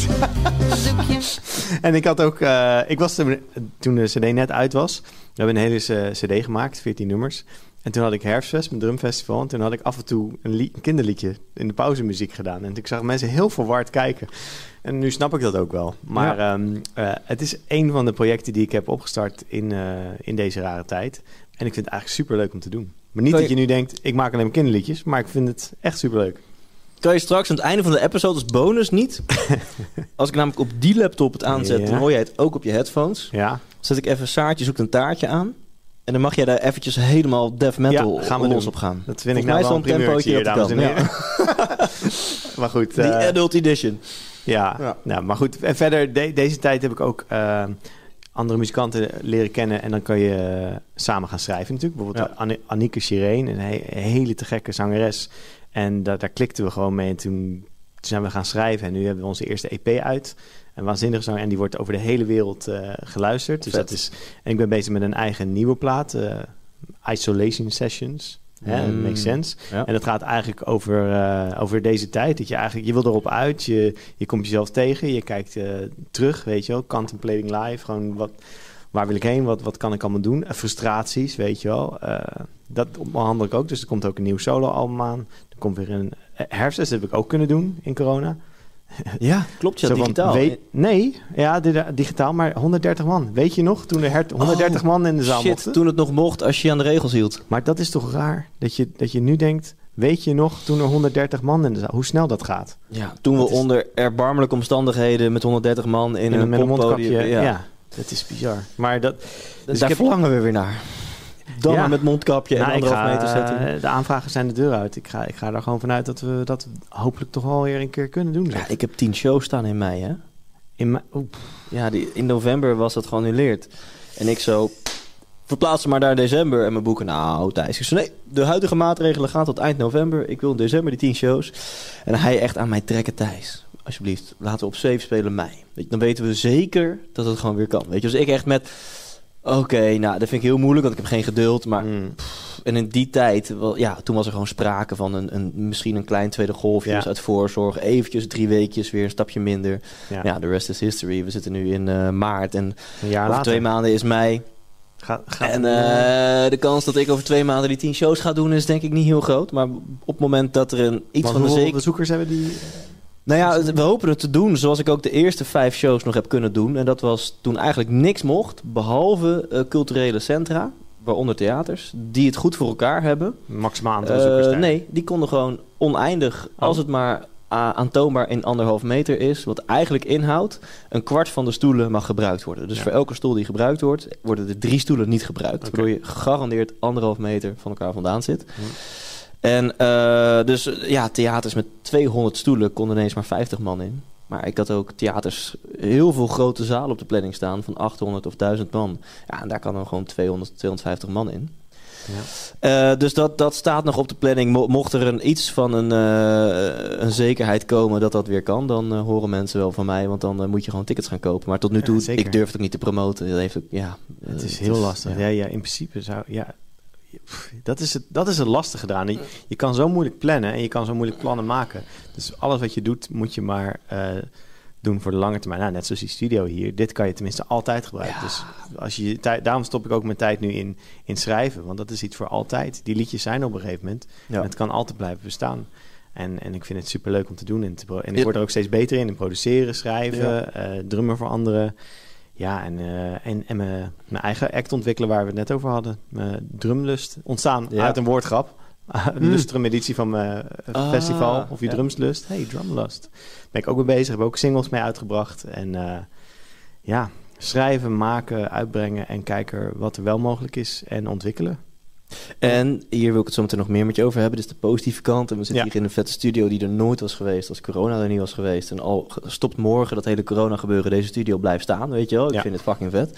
En ik had ook... Uh, ik was de, toen de cd net uit was. We hebben een hele cd gemaakt, veertien nummers. En toen had ik Herfstfest, mijn drumfestival. En toen had ik af en toe een, li- een kinderliedje in de pauzemuziek gedaan. En ik zag mensen heel verward kijken. En nu snap ik dat ook wel. Maar ja. um, uh, het is een van de projecten die ik heb opgestart in, uh, in deze rare tijd. En ik vind het eigenlijk super leuk om te doen. Maar niet je... dat je nu denkt, ik maak alleen maar kinderliedjes. Maar ik vind het echt super leuk. Kan je straks aan het einde van de episode als bonus niet... Als ik namelijk op die laptop het aanzet... Ja. Dan hoor jij het ook op je headphones. Ja. Zet ik even Saartje zoekt een taartje aan. En dan mag jij daar eventjes helemaal death metal ja, gaan we los doen. Op gaan. Dat vind ik nou wel een tempootje hier, dames en heren. Ja. Maar goed. Die uh, adult edition. Ja, ja. Nou, maar goed. En verder, de, deze tijd heb ik ook... Uh, andere muzikanten leren kennen en dan kan je uh, samen gaan schrijven natuurlijk. Bijvoorbeeld ja. An- Annieke Sireen, een he- hele te gekke zangeres. En da- daar klikten we gewoon mee en toen, toen zijn we gaan schrijven. En nu hebben we onze eerste E P uit. Een waanzinnige zanger en die wordt over de hele wereld uh, geluisterd. Dus dat is, en ik ben bezig met een eigen nieuwe plaat, uh, Isolation Sessions. Hè, Mm. makes sense. Ja. En dat gaat eigenlijk over, uh, over deze tijd. Dat je eigenlijk, je wil erop uit, je, je komt jezelf tegen, je kijkt uh, terug, weet je wel. Contemplating life, gewoon wat, waar wil ik heen, wat, wat kan ik allemaal doen? Uh, frustraties, weet je wel. Uh, dat behandel ik ook, dus er komt ook een nieuw solo-album aan. Er komt weer een uh, herfst, dat heb ik ook kunnen doen in corona. Ja, klopt. Ja, Zo van, digitaal. weet- nee, ja, di- digitaal, maar honderddertig man. Weet je nog, toen er her- honderddertig Oh, man in de zaal Shit, mochten? toen het nog mocht als je je aan de regels hield. Maar dat is toch raar, dat je, dat je nu denkt... Weet je nog, toen er honderddertig man in de zaal... Hoe snel dat gaat? Ja, toen we Dat is- onder erbarmelijke omstandigheden met honderddertig man in, In een met een poppodium... mondkapje, ja. Ja. Dat is bizar. Maar dat... Dus ik daar heb- verlangen we weer naar. Dan Ja. maar met mondkapje en Nou, ik anderhalf ga, meter zetten. eh, de aanvragen zijn de deur uit. Ik ga, ik ga er gewoon vanuit dat we dat hopelijk toch wel weer een keer kunnen doen. Ja, zeg. ik heb tien shows staan in mei, hè? In mijn, oeh, Ja, die, in november was dat geannuleerd. En ik zo... Verplaats hem maar naar december. En mijn boeken, nou Thijs. Ik zei, nee, de huidige maatregelen gaan tot eind november. Ik wil in december die tien shows. En hij echt aan mij trekken, Thijs. Alsjeblieft, laten we op zeven spelen mei. Weet je, dan weten we zeker dat het gewoon weer kan. Weet je, dus ik echt met... Oké, okay, nou, dat vind ik heel moeilijk, want ik heb geen geduld. Maar mm. pff, en in die tijd, wel, ja, toen was er gewoon sprake van een, een, misschien een klein tweede golfje. Ja. Dus uit voorzorg, eventjes drie weekjes weer een stapje minder. Ja. Ja, de rest is history. We zitten nu in uh, maart en Een jaar over later. twee maanden is mei. Ga, ga, En uh, de kans dat ik over twee maanden die tien shows ga doen is denk ik niet heel groot. Maar op het moment dat er een iets Want van de hoeveel zeker... bezoekers hebben die... Nou ja, we hopen het te doen zoals ik ook de eerste vijf shows nog heb kunnen doen. En dat was toen eigenlijk niks mocht, behalve uh, culturele centra, waaronder theaters, die het goed voor elkaar hebben. Maximaal aantal Uh, bezoekers daar. nee, die konden gewoon oneindig, Oh. als het maar uh, aantoonbaar in anderhalf meter is, wat eigenlijk inhoudt, een kwart van de stoelen mag gebruikt worden. Dus Ja. voor elke stoel die gebruikt wordt, worden er drie stoelen niet gebruikt. Okay. Waardoor je gegarandeerd anderhalf meter van elkaar vandaan zit. Hm. En uh, dus uh, ja, theaters met tweehonderd stoelen konden ineens maar vijftig man in. Maar ik had ook theaters, heel veel grote zalen op de planning staan van achthonderd of duizend man. Ja, en daar kan dan gewoon tweehonderd, tweehonderdvijftig man in. Ja. Uh, dus dat, dat staat nog op de planning. Mo- mocht er een, iets van een, uh, een zekerheid komen dat dat weer kan, dan uh, horen mensen wel van mij. Want dan uh, moet je gewoon tickets gaan kopen. Maar tot nu toe, ja, ik durf het ook niet te promoten. Dat heeft ook, ja, uh, het is heel is, lastig. Ja. Ja, ja, in principe zou... Ja, dat is het, dat is het lastige eraan. Je, je kan zo moeilijk plannen en je kan zo moeilijk plannen maken. Dus alles wat je doet, moet je maar uh, doen voor de lange termijn. Nou, net zoals die studio hier. Dit kan je tenminste altijd gebruiken. Ja. Dus als je je tijd, daarom stop ik ook mijn tijd nu in, in schrijven. Want dat is iets voor altijd. Die liedjes zijn op een gegeven moment. Ja. En het kan altijd blijven bestaan. En, en ik vind het superleuk om te doen. En, te pro- en ik word er ook steeds beter in. In produceren, schrijven, ja. uh, drummen voor anderen. Ja, en, uh, en, en mijn, mijn eigen act ontwikkelen waar we het net over hadden. Mijn drumlust ontstaan ja. uit een woordgrap. Mm. Lustrum editie van mijn ah, festival. Of je ja. drums lust. Hey, drumlust. Ben ik ook mee bezig. Heb ook singles mee uitgebracht. En uh, ja, schrijven, maken, uitbrengen en kijken wat er wel mogelijk is en ontwikkelen. En hier wil ik het zo meteen nog meer met je over hebben. Dit is de positieve kant. En we zitten ja. hier in een vette studio die er nooit was geweest als corona er niet was geweest. En al stopt morgen dat hele corona gebeuren, deze studio blijft staan, weet je wel. Ik ja. vind het fucking vet.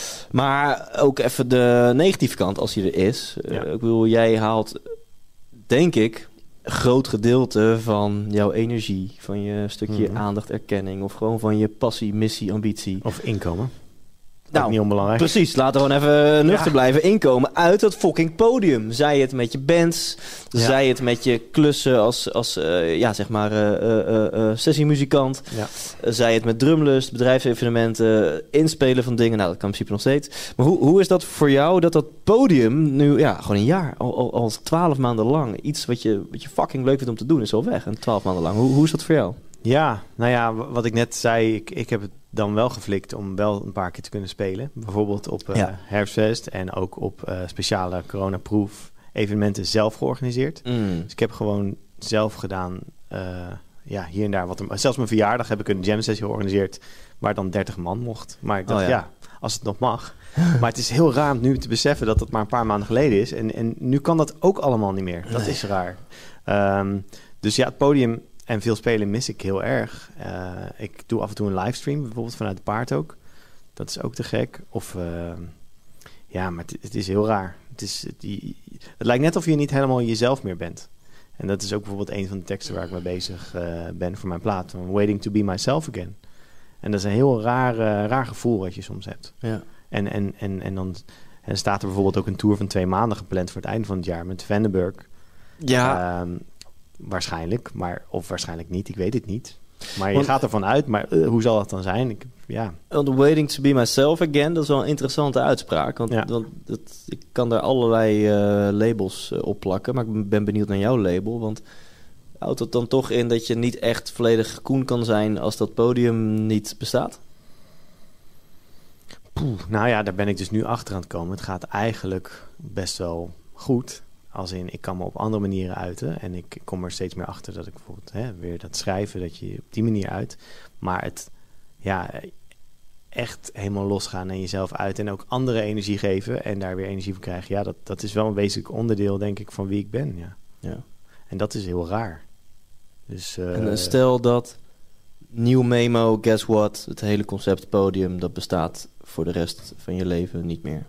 Maar ook even de negatieve kant als die er is. Ja. Uh, ik bedoel, jij haalt, denk ik, een groot gedeelte van jouw energie, van je stukje mm-hmm. aandacht, erkenning of gewoon van je passie, missie, ambitie. Of inkomen. Nou, niet onbelangrijk. Precies, laten we gewoon even nuchter ja. blijven inkomen uit dat fucking podium. Zij het met je bands, ja. zij het met je klussen als, als uh, ja, zeg maar, uh, uh, uh, sessiemuzikant. Ja. Uh, zij het met drumlust, bedrijfsevenementen, inspelen van dingen. Nou, dat kan in principe nog steeds. Maar hoe, hoe is dat voor jou dat dat podium nu, ja, gewoon een jaar, al, al, al twaalf maanden lang, iets wat je, wat je fucking leuk vindt om te doen, is al weg. En twaalf maanden lang. Hoe, hoe is dat voor jou? Ja, nou ja, wat ik net zei, ik, ik heb het dan wel geflikt om wel een paar keer te kunnen spelen. Bijvoorbeeld op uh, ja. Herfstfest en ook op uh, speciale coronaproof evenementen zelf georganiseerd. Mm. Dus ik heb gewoon zelf gedaan, uh, ja, hier en daar. Wat er, zelfs mijn verjaardag heb ik een jam sessie georganiseerd waar dan dertig man mocht. Maar ik dacht, oh, ja. ja, als het nog mag. Maar het is heel raar om nu te beseffen dat dat maar een paar maanden geleden is. En, en nu kan dat ook allemaal niet meer. Dat nee. is raar. Um, dus ja, het podium en veel spelen mis ik heel erg. Uh, ik doe af en toe een livestream, bijvoorbeeld vanuit de paard ook. Dat is ook te gek. Of uh, ja, maar het, het is heel raar. Het, is, het, die, het lijkt net of je niet helemaal jezelf meer bent. En dat is ook bijvoorbeeld een van de teksten waar ik mee bezig uh, ben voor mijn plaat. Waiting to be myself again. En dat is een heel raar, uh, raar gevoel wat je soms hebt. Ja. En, en, en, en dan en staat er bijvoorbeeld ook een tour van twee maanden gepland voor het einde van het jaar met Vandenberg. Ja. Um, waarschijnlijk, maar of waarschijnlijk niet. Ik weet het niet. Maar je Want, gaat ervan uit, maar uh, hoe zal dat dan zijn? Ik, ja. Want waiting to be myself again, dat is wel een interessante uitspraak. Want, ja. want dat, ik kan daar allerlei uh, labels uh, op plakken. Maar ik ben benieuwd naar jouw label. Want houdt het dan toch in dat je niet echt volledig Koen kan zijn als dat podium niet bestaat? Poeh, nou ja, daar ben ik dus nu achter aan het komen. Het gaat eigenlijk best wel goed. Als in, ik kan me op andere manieren uiten. En ik kom er steeds meer achter dat ik bijvoorbeeld hè, weer dat schrijven, dat je op die manier uit. Maar het, ja, echt helemaal losgaan en jezelf uit. En ook andere energie geven en daar weer energie van krijgen. Ja, dat, dat is wel een wezenlijk onderdeel, denk ik, van wie ik ben. Ja. Ja. En dat is heel raar. Dus, uh, en uh, stel dat Nieuw Memo, Guess What, het hele concept podium, dat bestaat voor de rest van je leven niet meer.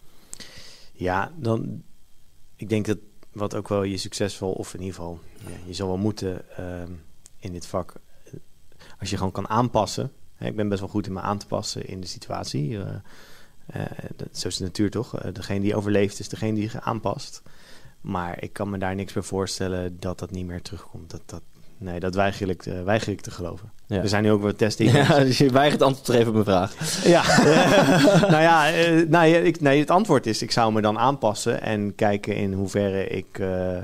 Ja, dan... Ik denk dat wat ook wel je succesvol, of in ieder geval, ja, je zal wel moeten uh, in dit vak, uh, als je gewoon kan aanpassen. Hè, ik ben best wel goed in me aan te passen in de situatie. Uh, uh, dat, zo is de natuur toch. Uh, degene die overleeft is degene die zich aanpast. Maar ik kan me daar niks bij voorstellen dat dat niet meer terugkomt. Dat, dat, nee, dat weiger ik, uh, weiger ik te geloven. Ja. Er zijn nu ook wat testingen. Ja, dus je weigert antwoord te geven op mijn vraag. Ja, nou ja, uh, nou ja ik, nee, het antwoord is, ik zou me dan aanpassen en kijken in hoeverre ik uh,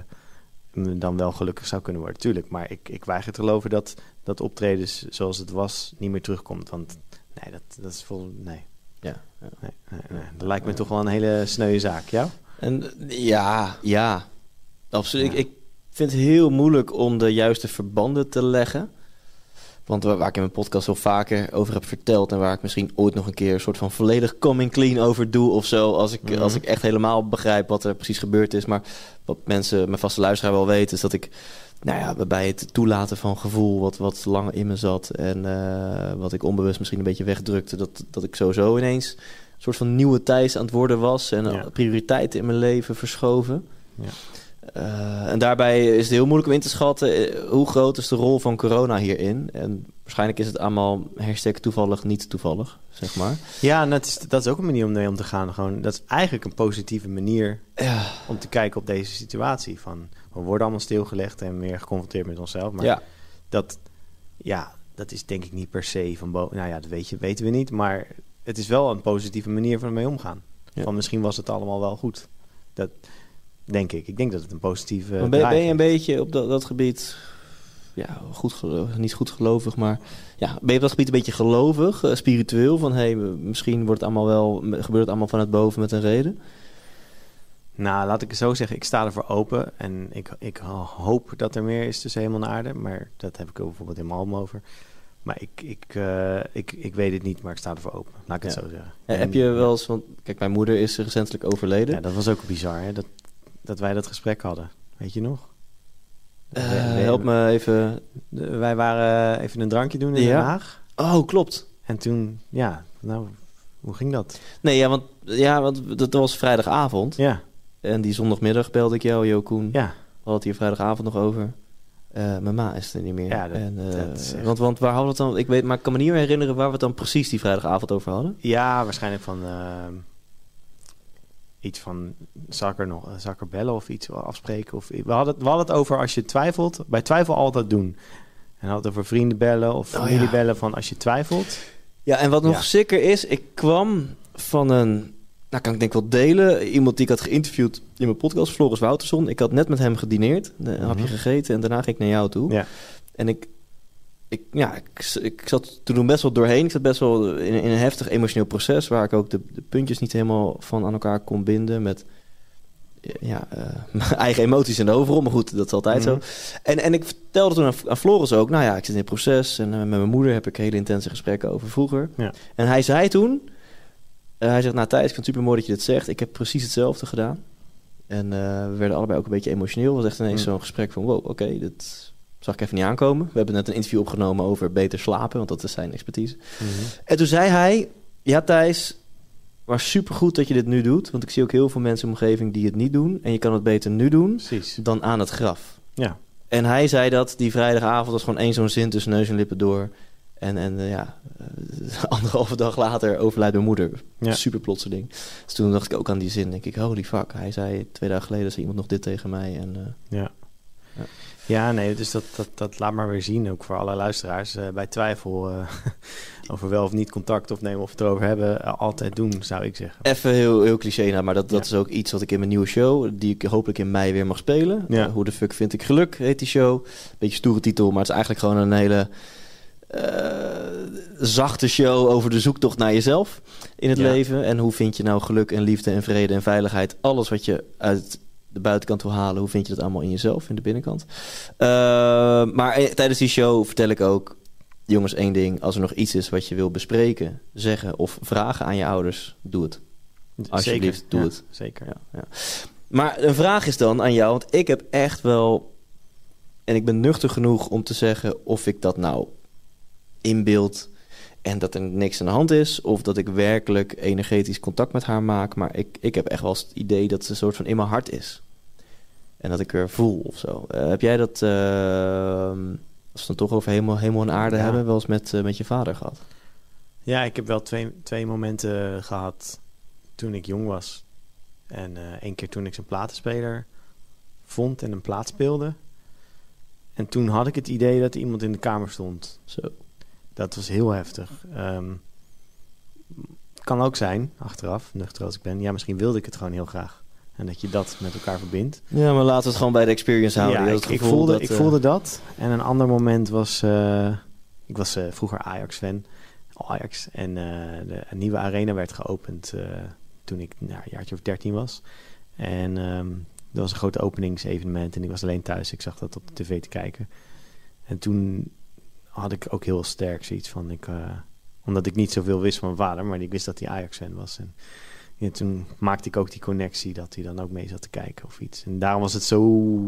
me dan wel gelukkig zou kunnen worden. Tuurlijk, maar ik, ik weiger te geloven dat, dat optredens zoals het was niet meer terugkomt. Want nee, dat, dat is vol, nee. Ja, ja. Nee, nee, nee. Dat lijkt me toch wel een hele sneuwe zaak, jou? En ja, ja, absoluut. Ja. Ik, ik vind het heel moeilijk om de juiste verbanden te leggen. Want waar, waar ik in mijn podcast wel vaker over heb verteld en waar ik misschien ooit nog een keer een soort van volledig coming clean over doe of zo, als ik, mm-hmm. als ik echt helemaal begrijp wat er precies gebeurd is. Maar wat mensen, mijn vaste luisteraar wel weten, is dat ik, nou ja, bij het toelaten van gevoel wat, wat langer in me zat en uh, wat ik onbewust misschien een beetje wegdrukte, dat, dat ik sowieso ineens een soort van nieuwe Thijs aan het worden was en ja. prioriteiten in mijn leven verschoven. Ja. Uh, en daarbij is het heel moeilijk om in te schatten uh, hoe groot is de rol van corona hierin. En waarschijnlijk is het allemaal hashtag toevallig niet toevallig, zeg maar. Ja, en dat is, dat is ook een manier om mee om te gaan. Gewoon, dat is eigenlijk een positieve manier ja. om te kijken op deze situatie. Van, we worden allemaal stilgelegd en meer geconfronteerd met onszelf. Maar ja. dat, ja, dat is denk ik niet per se van boven. Nou ja, dat weet je, weten we niet. Maar het is wel een positieve manier van mee omgaan. Ja. Van misschien was het allemaal wel goed. Dat... Denk ik. Ik denk dat het een positieve... Maar ben, ben je een beetje op dat, dat gebied... Ja, goed gelovig, niet goed gelovig, maar... Ja, ben je op dat gebied een beetje gelovig, uh, spiritueel? Van, hé, hey, misschien wordt het allemaal wel, gebeurt het allemaal vanuit boven met een reden? Nou, laat ik het zo zeggen. Ik sta ervoor open. En ik, ik hoop dat er meer is tussen hemel en aarde. Maar dat heb ik ook bijvoorbeeld in mijn album over. Maar ik, ik, uh, ik, ik weet het niet, maar ik sta ervoor open. Laat ik het ja. zo zeggen. Ja, en, heb je wel eens... Want, kijk, mijn moeder is recentelijk overleden. Ja, dat was ook bizar, hè? Dat... Dat wij dat gesprek hadden. Weet je nog? Uh, help me even. Wij waren even een drankje doen in ja. Den Haag. Oh, klopt. En toen, ja, nou, hoe ging dat? Nee, ja, want, ja, want dat was vrijdagavond. Ja. En die zondagmiddag belde ik jou, Jo Koen. Ja. We hadden het hier vrijdagavond nog over. Uh, mijn ma is er niet meer. Ja, dat, en, uh, dat is echt... want, want waar hadden we het dan? Ik weet, maar ik kan me niet meer herinneren waar we het dan precies die vrijdagavond over hadden. Ja, waarschijnlijk van... Uh... iets van, zal ik er nog, zal ik er bellen of iets afspreken? Of, we, hadden het, we hadden het over als je twijfelt, bij twijfel altijd doen. En hadden het over vrienden bellen of familie oh, ja. bellen van als je twijfelt. Ja, en wat nog ja. zeker is, ik kwam van een, nou kan ik denk wel delen, iemand die ik had geïnterviewd in mijn podcast, Floris Wouterson. Ik had net met hem gedineerd, een mm-hmm. hapje gegeten en daarna ging ik naar jou toe. Ja. En ik, ik, ja, ik, ik zat toen best wel doorheen. Ik zat best wel in, in een heftig emotioneel proces waar ik ook de, de puntjes niet helemaal van aan elkaar kon binden met ja, uh, mijn eigen emoties in de overal. Maar goed, dat is altijd mm-hmm. zo. En, en ik vertelde toen aan, aan Floris ook, nou ja, ik zit in het proces en uh, met mijn moeder heb ik hele intense gesprekken over vroeger. Ja. En hij zei toen, uh, hij zegt, nou Thijs, ik vind het super mooi dat je dit zegt. Ik heb precies hetzelfde gedaan. En uh, we werden allebei ook een beetje emotioneel. Het was echt ineens mm. zo'n gesprek van, wow, oké, okay, dit zag ik even niet aankomen. We hebben net een interview opgenomen over beter slapen, want dat is zijn expertise. Mm-hmm. En toen zei hij, Ja, Thijs, maar supergoed dat je dit nu doet. Want ik zie ook heel veel mensen in mijn omgeving die het niet doen. En je kan het beter nu doen Precies. dan aan het graf. Ja. En hij zei dat die vrijdagavond was gewoon één zo'n zin tussen neus en lippen door. En, en uh, ja, uh, anderhalve dag later overlijdt mijn moeder. Ja. Super plotseling. Dus toen dacht ik ook aan die zin. Denk ik, holy fuck. Hij zei twee dagen geleden zei iemand nog dit tegen mij. En, uh, ja. ja. Ja, nee, dus dat, dat, dat laat maar weer zien, ook voor alle luisteraars. Uh, bij twijfel uh, over wel of niet contact opnemen of het erover hebben, uh, altijd doen, zou ik zeggen. Even heel, heel cliché, nou, maar dat, dat ja. is ook iets wat ik in mijn nieuwe show, die ik hopelijk in mei weer mag spelen. Ja. Uh, Hoe de fuck vind ik geluk, heet die show. Beetje stoere titel, maar het is eigenlijk gewoon een hele uh, zachte show over de zoektocht naar jezelf in het ja. leven. En hoe vind je nou geluk en liefde en vrede en veiligheid, alles wat je uit de buitenkant wil halen, hoe vind je dat allemaal in jezelf, in de binnenkant. Uh, maar eh, tijdens die show vertel ik ook, jongens, één ding, als er nog iets is wat je wil bespreken, zeggen of vragen aan je ouders, doe het. Alsjeblieft, zeker. doe ja, het. Zeker. Ja, ja. Maar een vraag is dan aan jou, want ik heb echt wel, en ik ben nuchter genoeg om te zeggen of ik dat nou inbeeld en dat er niks aan de hand is, of dat ik werkelijk energetisch contact met haar maak. Maar ik, ik heb echt wel eens het idee dat ze een soort van in mijn hart is. En dat ik er voel of zo. Uh, heb jij dat, uh, als we het dan toch over hemel, hemel en aarde ja. hebben, wel eens met, uh, met je vader gehad? Ja, ik heb wel twee, twee momenten gehad toen ik jong was. En uh, één keer toen ik zijn platenspeler vond en een plaat speelde. En toen had ik het idee dat iemand in de kamer stond. Zo. Dat was heel heftig. Um, kan ook zijn, achteraf, nuchter als ik ben. Ja, misschien wilde ik het gewoon heel graag. En dat je dat met elkaar verbindt. Ja, maar laten we het gewoon bij de experience houden. Ja, Je ik, had het ik, gevoel voelde, dat, ik uh, voelde dat. En een ander moment was... Uh, ik was uh, vroeger Ajax-fan. Ajax. En uh, de, een nieuwe arena werd geopend uh, toen ik nou, een jaartje of dertien was. En um, dat was een groot openingsevenement. En ik was alleen thuis. Ik zag dat op de tv te kijken. En toen had ik ook heel sterk zoiets van... Ik, uh, omdat ik niet zoveel wist van mijn vader... maar ik wist dat hij Ajax-fan was. En ja, toen maakte ik ook die connectie... dat hij dan ook mee zat te kijken of iets. En daarom was het zo...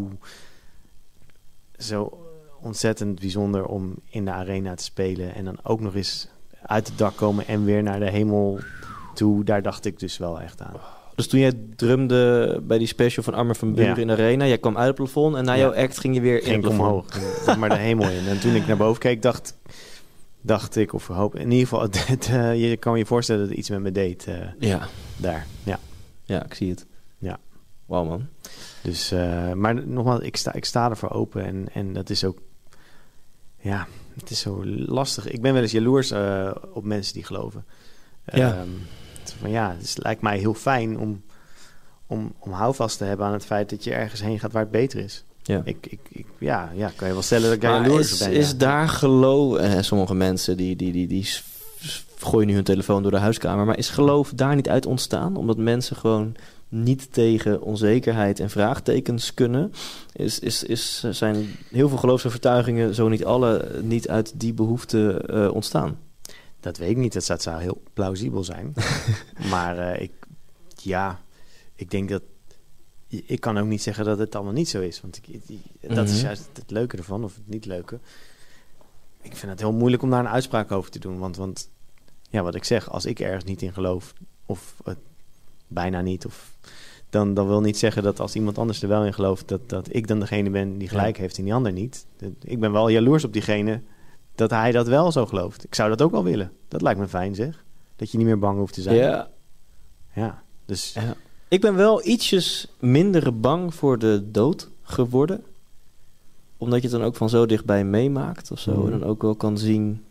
zo ontzettend bijzonder om in de arena te spelen... en dan ook nog eens uit het dak komen... en weer naar de hemel toe. Daar dacht ik dus wel echt aan. Dus toen jij drumde bij die special van Armin van Buuren Ja. in de arena... jij kwam uit het plafond en na Ja. jouw act ging je weer in Ging het ik plafond. omhoog. Ging, zeg maar de hemel in. En toen ik naar boven keek, dacht, dacht ik... of hoop, in ieder geval, het, uh, je kan je voorstellen dat het iets met me deed uh, Ja. daar. Ja. Ja, ik zie het. Ja. Wauw, man. Dus, uh, maar nogmaals, ik sta, ik sta ervoor open. En, en dat is ook... Ja, het is zo lastig. Ik ben wel eens jaloers uh, op mensen die geloven. Ja. Um, het, van, ja, het lijkt mij heel fijn om, om, om houvast te hebben aan het feit... dat je ergens heen gaat waar het beter is. Ja. Ik, ik, ik, ja, ja, kan je wel stellen dat ik daar Maar jaloers is, op ben. is ja. daar geloof... Eh, sommige mensen die, die, die, die s- s- gooien nu hun telefoon door de huiskamer. Maar is geloof daar niet uit ontstaan? Omdat mensen gewoon niet tegen onzekerheid en vraagtekens kunnen. Is, is, is, zijn heel veel geloofsovertuigingen, zo niet alle, niet uit die behoefte uh, ontstaan? Dat weet ik niet. Dat zou, zou heel plausibel zijn. maar uh, ik, ja, ik denk dat... Ik kan ook niet zeggen dat het allemaal niet zo is. Want ik, dat mm-hmm. is juist het leuke ervan, of het niet leuke. Ik vind het heel moeilijk om daar een uitspraak over te doen. Want, want ja, wat ik zeg, als ik ergens niet in geloof... of uh, bijna niet... of dan, dan wil niet zeggen dat als iemand anders er wel in gelooft... dat, dat ik dan degene ben die gelijk ja. heeft en die ander niet. Ik ben wel jaloers op diegene... dat hij dat wel zo gelooft. Ik zou dat ook wel willen. Dat lijkt me fijn, zeg. Dat je niet meer bang hoeft te zijn. Ja. Ja, dus... Ja. Ik ben wel ietsjes minder bang voor de dood geworden. Omdat je het dan ook van zo dichtbij meemaakt of zo. Mm. En dan ook wel kan zien...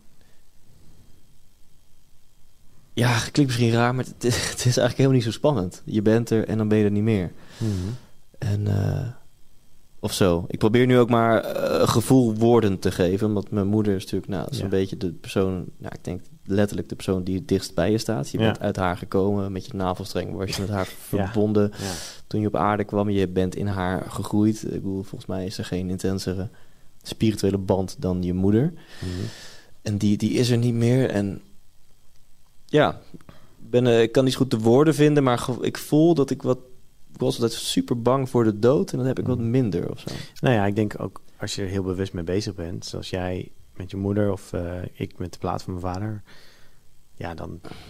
Ja, het klinkt misschien raar, maar het is, het is eigenlijk helemaal niet zo spannend. Je bent er en dan ben je er niet meer. Mm-hmm. En... Uh, Of zo. Ik probeer nu ook maar uh, gevoel woorden te geven. Omdat mijn moeder is natuurlijk... Nou, dat is ja. een beetje de persoon... Nou, ik denk letterlijk de persoon die het dichtst bij je staat. Je ja. bent uit haar gekomen. Met je navelstreng was je met haar verbonden. Ja. Ja. Toen je op aarde kwam. Je bent in haar gegroeid. Ik bedoel, volgens mij is er geen intensere spirituele band dan je moeder. Mm-hmm. En die, die is er niet meer. En ja, ben, uh, ik kan niet zo goed de woorden vinden. Maar ge- ik voel dat ik wat... Ik was altijd super bang voor de dood en dat heb ik wat minder of zo. Nou ja, ik denk ook als je er heel bewust mee bezig bent, zoals jij met je moeder of uh, ik met de plaat van mijn vader, ja, dan,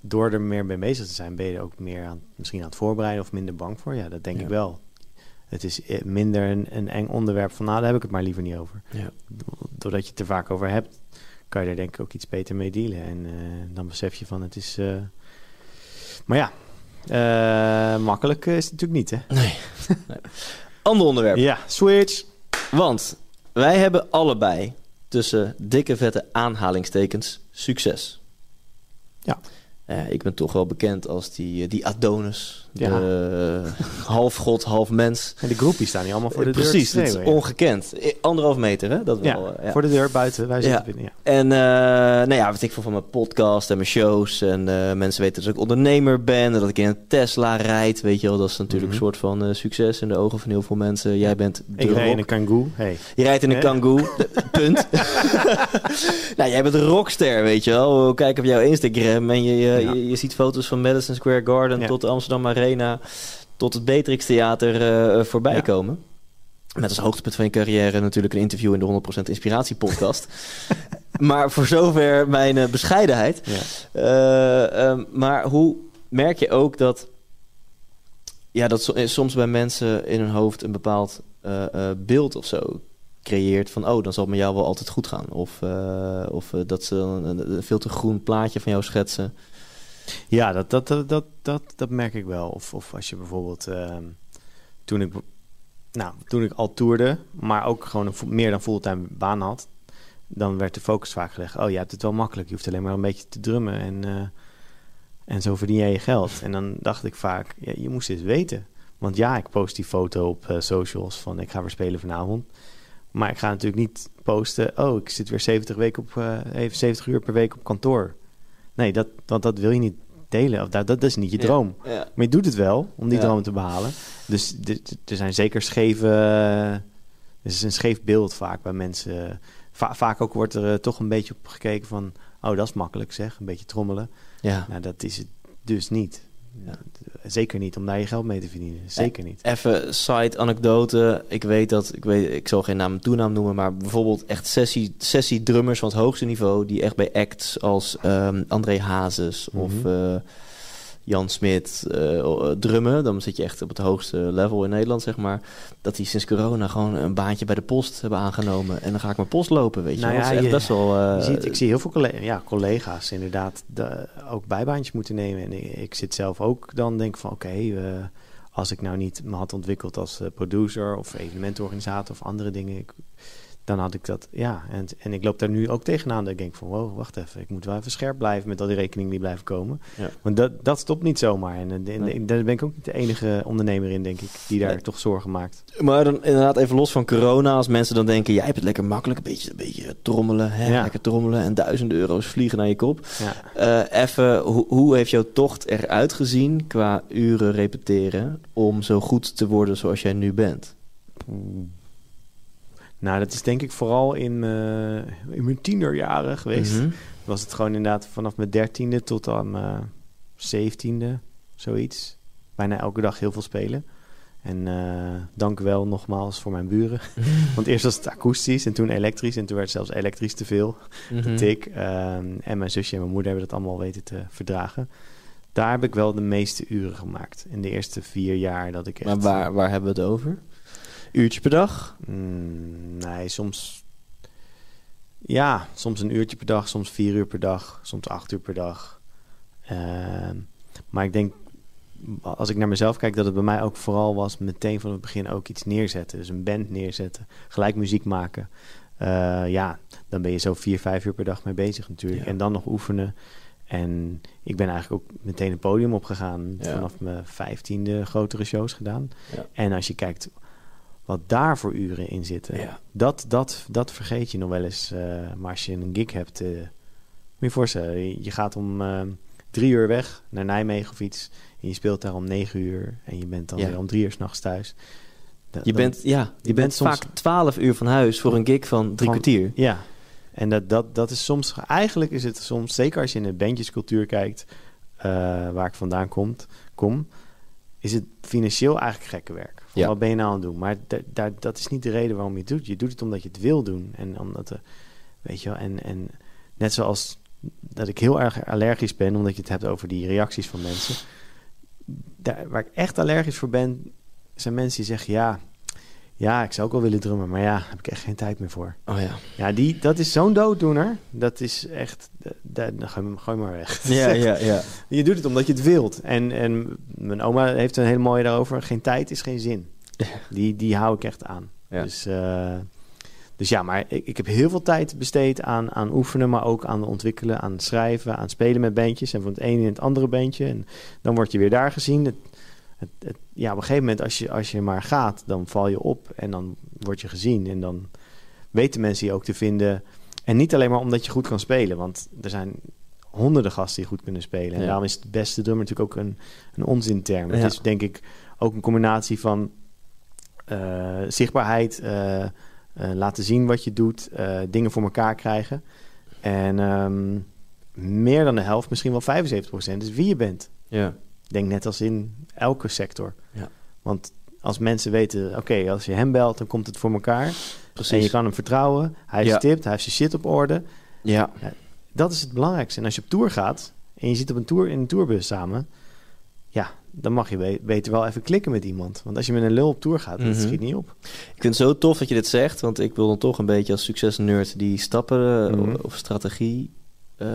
door er meer mee bezig te zijn, ben je er ook meer aan, misschien aan het voorbereiden of minder bang voor. Ja, dat denk ja. ik wel. Het is minder een, een eng onderwerp van, nou, daar heb ik het maar liever niet over. Ja. Doordat je het er vaak over hebt, kan je er denk ik ook iets beter mee dealen. En uh, dan besef je van, het is... Uh... Maar ja, uh, makkelijk is het natuurlijk niet, hè? Nee. nee. Ander onderwerp. Ja, switch. Want wij hebben allebei tussen dikke vette aanhalingstekens succes. Ja. Uh, ik ben toch wel bekend als die, die Adonis. Ja. De, uh, half god, half mens. En de groepjes staan hier allemaal voor de uh, deur. Precies, dat is ongekend. Anderhalf meter, hè? Dat wel, ja, uh, ja, voor de deur, buiten. Wij zitten ja. binnen, ja. En uh, nou ja, wat ik van mijn podcast en mijn shows. En uh, mensen weten dat ik ondernemer ben. En dat ik in een Tesla rijd. Weet je wel, dat is natuurlijk mm-hmm. een soort van uh, succes in de ogen van heel veel mensen. Jij bent de Ik rijd in rock. een Kangoo. Hey. Je rijdt in een hey. Kangoo. Punt. Nou, jij bent een rockster, weet je wel. Kijk op jouw Instagram en je, je, ja. je, je ziet foto's van Madison Square Garden ja. tot de Amsterdam Arena, tot het Beatrix Theater uh, voorbij ja. komen. Met als hoogtepunt van je carrière natuurlijk een interview in de honderd procent Inspiratie podcast. Maar voor zover mijn uh, bescheidenheid. Ja. Uh, um, maar hoe merk je ook dat, ja, dat so- soms bij mensen in hun hoofd een bepaald uh, uh, beeld of zo creëert van, oh, dan zal het met jou wel altijd goed gaan. Of, uh, of uh, dat ze een, een veel te groen plaatje van jou schetsen. Ja, dat, dat, dat, dat, dat, dat merk ik wel. Of, of als je bijvoorbeeld... Uh, toen, ik, nou, toen ik al toerde, maar ook gewoon een meer dan fulltime baan had, dan werd de focus vaak gelegd. Oh, je hebt het wel makkelijk. Je hoeft alleen maar een beetje te drummen en, uh, en zo verdien jij je geld. En dan dacht ik vaak, ja, je moest dit weten. Want ja, ik post die foto op uh, socials van ik ga weer spelen vanavond. Maar ik ga natuurlijk niet posten, oh, ik zit weer zeventig, weken op, uh, even zeventig uur per week op kantoor. Nee, dat, want dat wil je niet delen. Of dat, dat is niet je droom. Ja, ja. Maar je doet het wel om die ja. droom te behalen. Dus er zijn zeker scheve... Er is een scheef beeld vaak bij mensen. Va- vaak ook wordt er uh, toch een beetje op gekeken van, oh, dat is makkelijk zeg, een beetje trommelen. Ja. Nou, dat is het dus niet. Ja, zeker niet om daar je geld mee te verdienen. Zeker niet. Even side anekdote. Ik weet dat, ik weet, ik zal geen naam en toenaam noemen, maar bijvoorbeeld echt sessie, sessie drummers van het hoogste niveau, die echt bij acts als um, André Hazes mm-hmm. of uh, Jan Smit uh, drummen. Dan zit je echt op het hoogste level in Nederland, zeg maar. Dat die sinds corona gewoon een baantje bij de post hebben aangenomen. En dan ga ik mijn post lopen, weet je. Nou ja, dat is echt je, best wel... Uh, je ziet, ik zie heel veel collega, ja, collega's inderdaad de, ook bijbaantjes moeten nemen. En ik, ik zit zelf ook dan denk van oké, okay, uh, als ik nou niet me had ontwikkeld als uh, producer of evenementorganisator of andere dingen, ik, dan had ik dat, ja. En, en ik loop daar nu ook tegenaan. Dat ik denk van, wow, wacht even. Ik moet wel even scherp blijven met al die rekeningen die blijven komen. Ja. Want dat, dat stopt niet zomaar. En, en, en nee. daar ben ik ook niet de enige ondernemer in, denk ik, die daar nee. toch zorgen maakt. Maar dan inderdaad even los van corona. Als mensen dan denken, jij hebt het lekker makkelijk. Een beetje, een beetje trommelen, hè? Ja. Lekker trommelen. En duizenden euro's vliegen naar je kop. Ja. Uh, even, ho- hoe heeft jouw tocht eruit gezien qua uren repeteren om zo goed te worden zoals jij nu bent? Hmm. Nou, dat is denk ik vooral in, uh, in mijn tienerjaren geweest. Mm-hmm. Was het gewoon inderdaad vanaf mijn dertiende tot aan mijn zeventiende, zoiets. Bijna elke dag heel veel spelen. En uh, dank wel nogmaals voor mijn buren. Want eerst was het akoestisch en toen elektrisch. En toen werd het zelfs elektrisch te veel, mm-hmm. te tik. Uh, en mijn zusje en mijn moeder hebben dat allemaal weten te verdragen. Daar heb ik wel de meeste uren gemaakt. In de eerste vier jaar dat ik echt... Maar waar, waar hebben we het over? Uurtje per dag? Mm, nee, soms... Ja, soms een uurtje per dag, soms vier uur per dag, soms acht uur per dag. Uh, maar ik denk, als ik naar mezelf kijk, dat het bij mij ook vooral was meteen van het begin ook iets neerzetten. Dus een band neerzetten, gelijk muziek maken. Uh, ja, dan ben je zo vier, vijf uur per dag mee bezig natuurlijk. Ja. En dan nog oefenen. En ik ben eigenlijk ook meteen een podium opgegaan. Ja. Vanaf mijn vijftiende grotere shows gedaan. Ja. En als je kijkt wat daar voor uren in zitten, ja. dat, dat, dat vergeet je nog wel eens. Uh, maar als je een gig hebt, uh, moet je je voorstellen, je gaat om uh, drie uur weg naar Nijmegen of iets. En je speelt daar om negen uur. En je bent dan ja. weer om drie uur 's nachts thuis. Da, je bent, dan, ja, je, je bent, bent soms vaak twaalf uur van huis voor een gig van drie van, kwartier. Ja, en dat, dat, dat is soms... Eigenlijk is het soms, zeker als je in de bandjescultuur kijkt, uh, waar ik vandaan komt, kom, is het financieel eigenlijk gekke werk. Ja. Wat ben je nou aan het doen? Maar da, da, dat is niet de reden waarom je het doet. Je doet het omdat je het wil doen. En omdat, uh, weet je wel, en, en net zoals dat ik heel erg allergisch ben, omdat je het hebt over die reacties van mensen. Daar, waar ik echt allergisch voor ben, zijn mensen die zeggen, ja, ja, ik zou ook wel willen drummen, maar ja, daar heb ik echt geen tijd meer voor. Oh ja. Ja, die, dat is zo'n dooddoener. Dat is echt, dat, dan gooi, gooi maar weg. Ja, ja, ja. Je doet het omdat je het wilt. En, en mijn oma heeft een hele mooie daarover, geen tijd is geen zin. Die, die hou ik echt aan. Ja. Dus, uh, dus ja, maar ik, ik heb heel veel tijd besteed aan, aan oefenen, maar ook aan ontwikkelen, aan schrijven, aan spelen met bandjes. En van het ene in het andere bandje. En dan word je weer daar gezien. Het, het, het, ja, op een gegeven moment, als je, als je maar gaat, dan val je op en dan word je gezien. En dan weten mensen je ook te vinden. En niet alleen maar omdat je goed kan spelen, want er zijn honderden gasten die goed kunnen spelen. En ja. daarom is het beste drummer natuurlijk ook een, een onzinterm. Ja. Het is denk ik ook een combinatie van uh, zichtbaarheid, uh, uh, laten zien wat je doet, uh, dingen voor elkaar krijgen. En um, meer dan de helft, misschien wel vijfenzeventig procent, is wie je bent. Ja. Ik denk net als in elke sector. Ja. Want als mensen weten, oké, okay, als je hem belt, dan komt het voor elkaar. Precies. En je kan hem vertrouwen. Hij is ja. tipt, hij heeft zijn shit op orde. Ja. Ja. Dat is het belangrijkste. En als je op tour gaat en je zit op een tour in een tourbus samen, ja, dan mag je beter wel even klikken met iemand. Want als je met een lul op tour gaat, mm-hmm. dat schiet niet op. Ik vind het zo tof dat je dit zegt, want ik wil dan toch een beetje als succesnerd die stappen mm-hmm. of strategie, uh,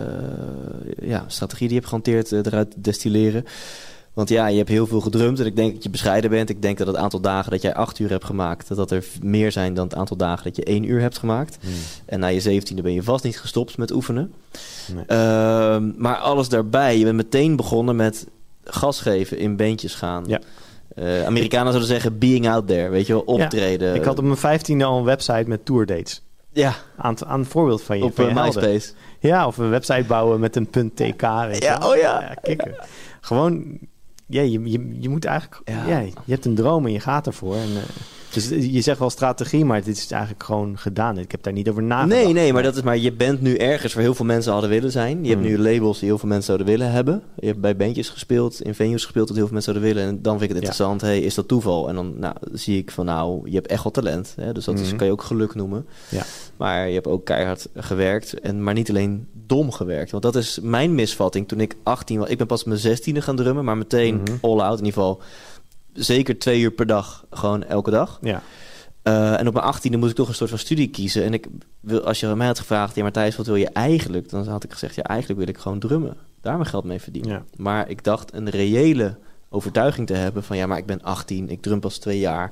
ja, strategie die je hebt gehanteerd uh, eruit destilleren. Want ja, je hebt heel veel gedrumd en ik denk dat je bescheiden bent. Ik denk dat het aantal dagen dat jij acht uur hebt gemaakt, dat dat er meer zijn dan het aantal dagen dat je één uur hebt gemaakt. Hmm. En na je zeventiende ben je vast niet gestopt met oefenen. Nee. Uh, maar alles daarbij, je bent meteen begonnen met gas geven, in bandjes gaan. Ja. Uh, Amerikanen zouden zeggen being out there, weet je wel, optreden. Ja, ik had op mijn vijftiende al een website met tourdates. Ja. Aan, aan een voorbeeld van je. Op van je MySpace. Ja, of een website bouwen met een .tk. Weet ja, je oh ja. ja kicken. Gewoon, ja, je, je, je moet eigenlijk, ja. ja, je hebt een droom en je gaat ervoor. En, uh, dus je zegt wel strategie, maar dit is eigenlijk gewoon gedaan. Ik heb daar niet over nagedacht. Nee, nee, maar dat is maar je bent nu ergens waar heel veel mensen hadden willen zijn. Je mm. hebt nu labels die heel veel mensen zouden willen hebben. Je hebt bij bandjes gespeeld, in venues gespeeld dat heel veel mensen zouden willen. En dan vind ik het interessant, ja. hey, is dat toeval? En dan nou, zie ik van nou, je hebt echt wel talent. Hè? Dus dat mm. is, kan je ook geluk noemen. Ja. Maar je hebt ook keihard gewerkt. En, maar niet alleen dom gewerkt. Want dat is mijn misvatting toen ik achttien was. Ik ben pas op mijn zestiende gaan drummen, maar meteen mm-hmm. all out in ieder geval. Zeker twee uur per dag, gewoon elke dag. Ja. Uh, en op mijn achttiende moest ik toch een soort van studie kiezen. En ik wil, als je mij had gevraagd, ja Matthijs, wat wil je eigenlijk? Dan had ik gezegd, ja eigenlijk wil ik gewoon drummen. Daar mijn geld mee verdienen. Ja. Maar ik dacht een reële overtuiging te hebben van ja, maar ik ben achttien, ik drum pas twee jaar.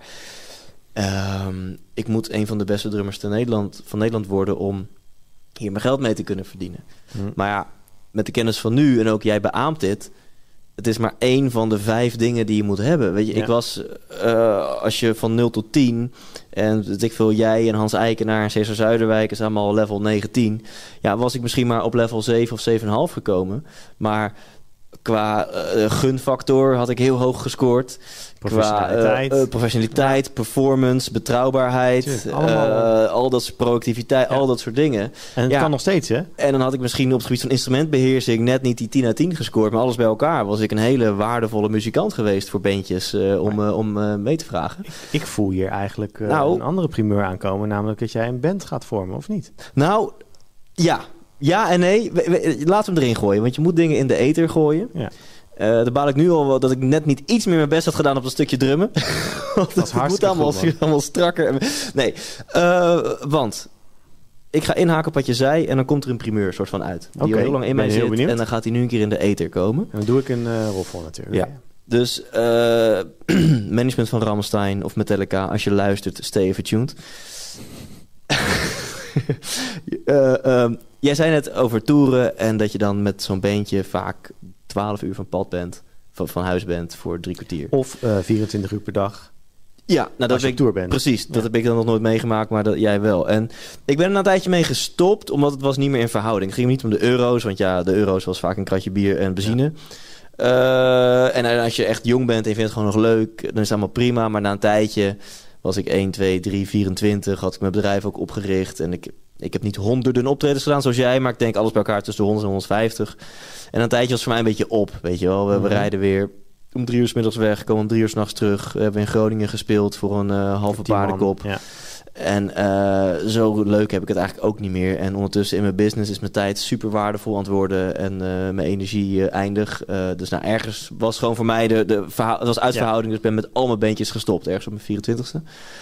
Um, ik moet een van de beste drummers ter Nederland, van Nederland worden om hier mijn geld mee te kunnen verdienen. Mm. Maar ja, met de kennis van nu en ook jij beaamt dit, het is maar één van de vijf dingen die je moet hebben. Weet je, ja. ik was, uh, als je van nul tot tien... en weet ik veel, jij en Hans Eikenaar en Cesar Zuiderwijk is allemaal level negentien. Ja, was ik misschien maar op level zeven of zeven komma vijf gekomen. Maar qua uh, gunfactor had ik heel hoog gescoord. Professionaliteit. Qua uh, uh, professionaliteit, ja. performance, betrouwbaarheid. Uh, al dat soort productiviteit, ja. al dat soort dingen. En het ja. kan nog steeds, hè? En dan had ik misschien op het gebied van instrumentbeheersing net niet die tien uit tien gescoord. Maar alles bij elkaar was ik een hele waardevolle muzikant geweest voor bandjes uh, om, uh, om uh, mee te vragen. Ik, ik voel hier eigenlijk uh, nou, een andere primeur aankomen. Namelijk dat jij een band gaat vormen, of niet? Nou, ja. Ja en nee. We, we, laten we hem erin gooien. Want je moet dingen in de ether gooien. Ja. Uh, daar baal ik nu al wel dat ik net niet iets meer mijn best had gedaan op dat stukje drummen. Want dat het moet allemaal, goed, allemaal strakker. Nee, uh, want ik ga inhaken op wat je zei en dan komt er een primeur soort van uit. Die okay, heel lang in mij zit benieuwd. En dan gaat hij nu een keer in de ether komen. En dan doe ik een uh, roffel natuurlijk. Ja. Dus uh, management van Rammstein of Metallica, als je luistert, stay even tuned. uh, um, jij zei net over toeren en dat je dan met zo'n beentje vaak twaalf uur van pad bent, van, van huis bent voor drie kwartier. Of uh, vierentwintig uur per dag. Ja, nou, dat als je ik, op tour bent. Precies, ja. dat heb ik dan nog nooit meegemaakt, maar dat, jij wel. En ik ben er na een tijdje mee gestopt, omdat het was niet meer in verhouding. Het ging niet om de euro's, want ja, de euro's was vaak een kratje bier en benzine. Ja. Uh, en als je echt jong bent en je vindt het gewoon nog leuk, dan is het allemaal prima. Maar na een tijdje was ik één, twee, drie, vierentwintig, had ik mijn bedrijf ook opgericht en ik... Ik heb niet honderden optredens gedaan zoals jij, maar ik denk alles bij elkaar tussen de honderd en honderdvijftig. En een tijdje was voor mij een beetje op, weet je wel. We, mm-hmm. we rijden weer om drie uur 's middags weg, komen om drie uur 's nachts terug. We hebben in Groningen gespeeld voor een uh, halve paardenkop. Ja. En uh, zo leuk heb ik het eigenlijk ook niet meer. En ondertussen in mijn business is mijn tijd super waardevol aan het worden. En uh, mijn energie uh, eindig. Uh, dus nou, ergens was gewoon voor mij de, de verha- het was uit verhouding. Ja. Dus ik ben met al mijn beentjes gestopt. Ergens op mijn vierentwintigste.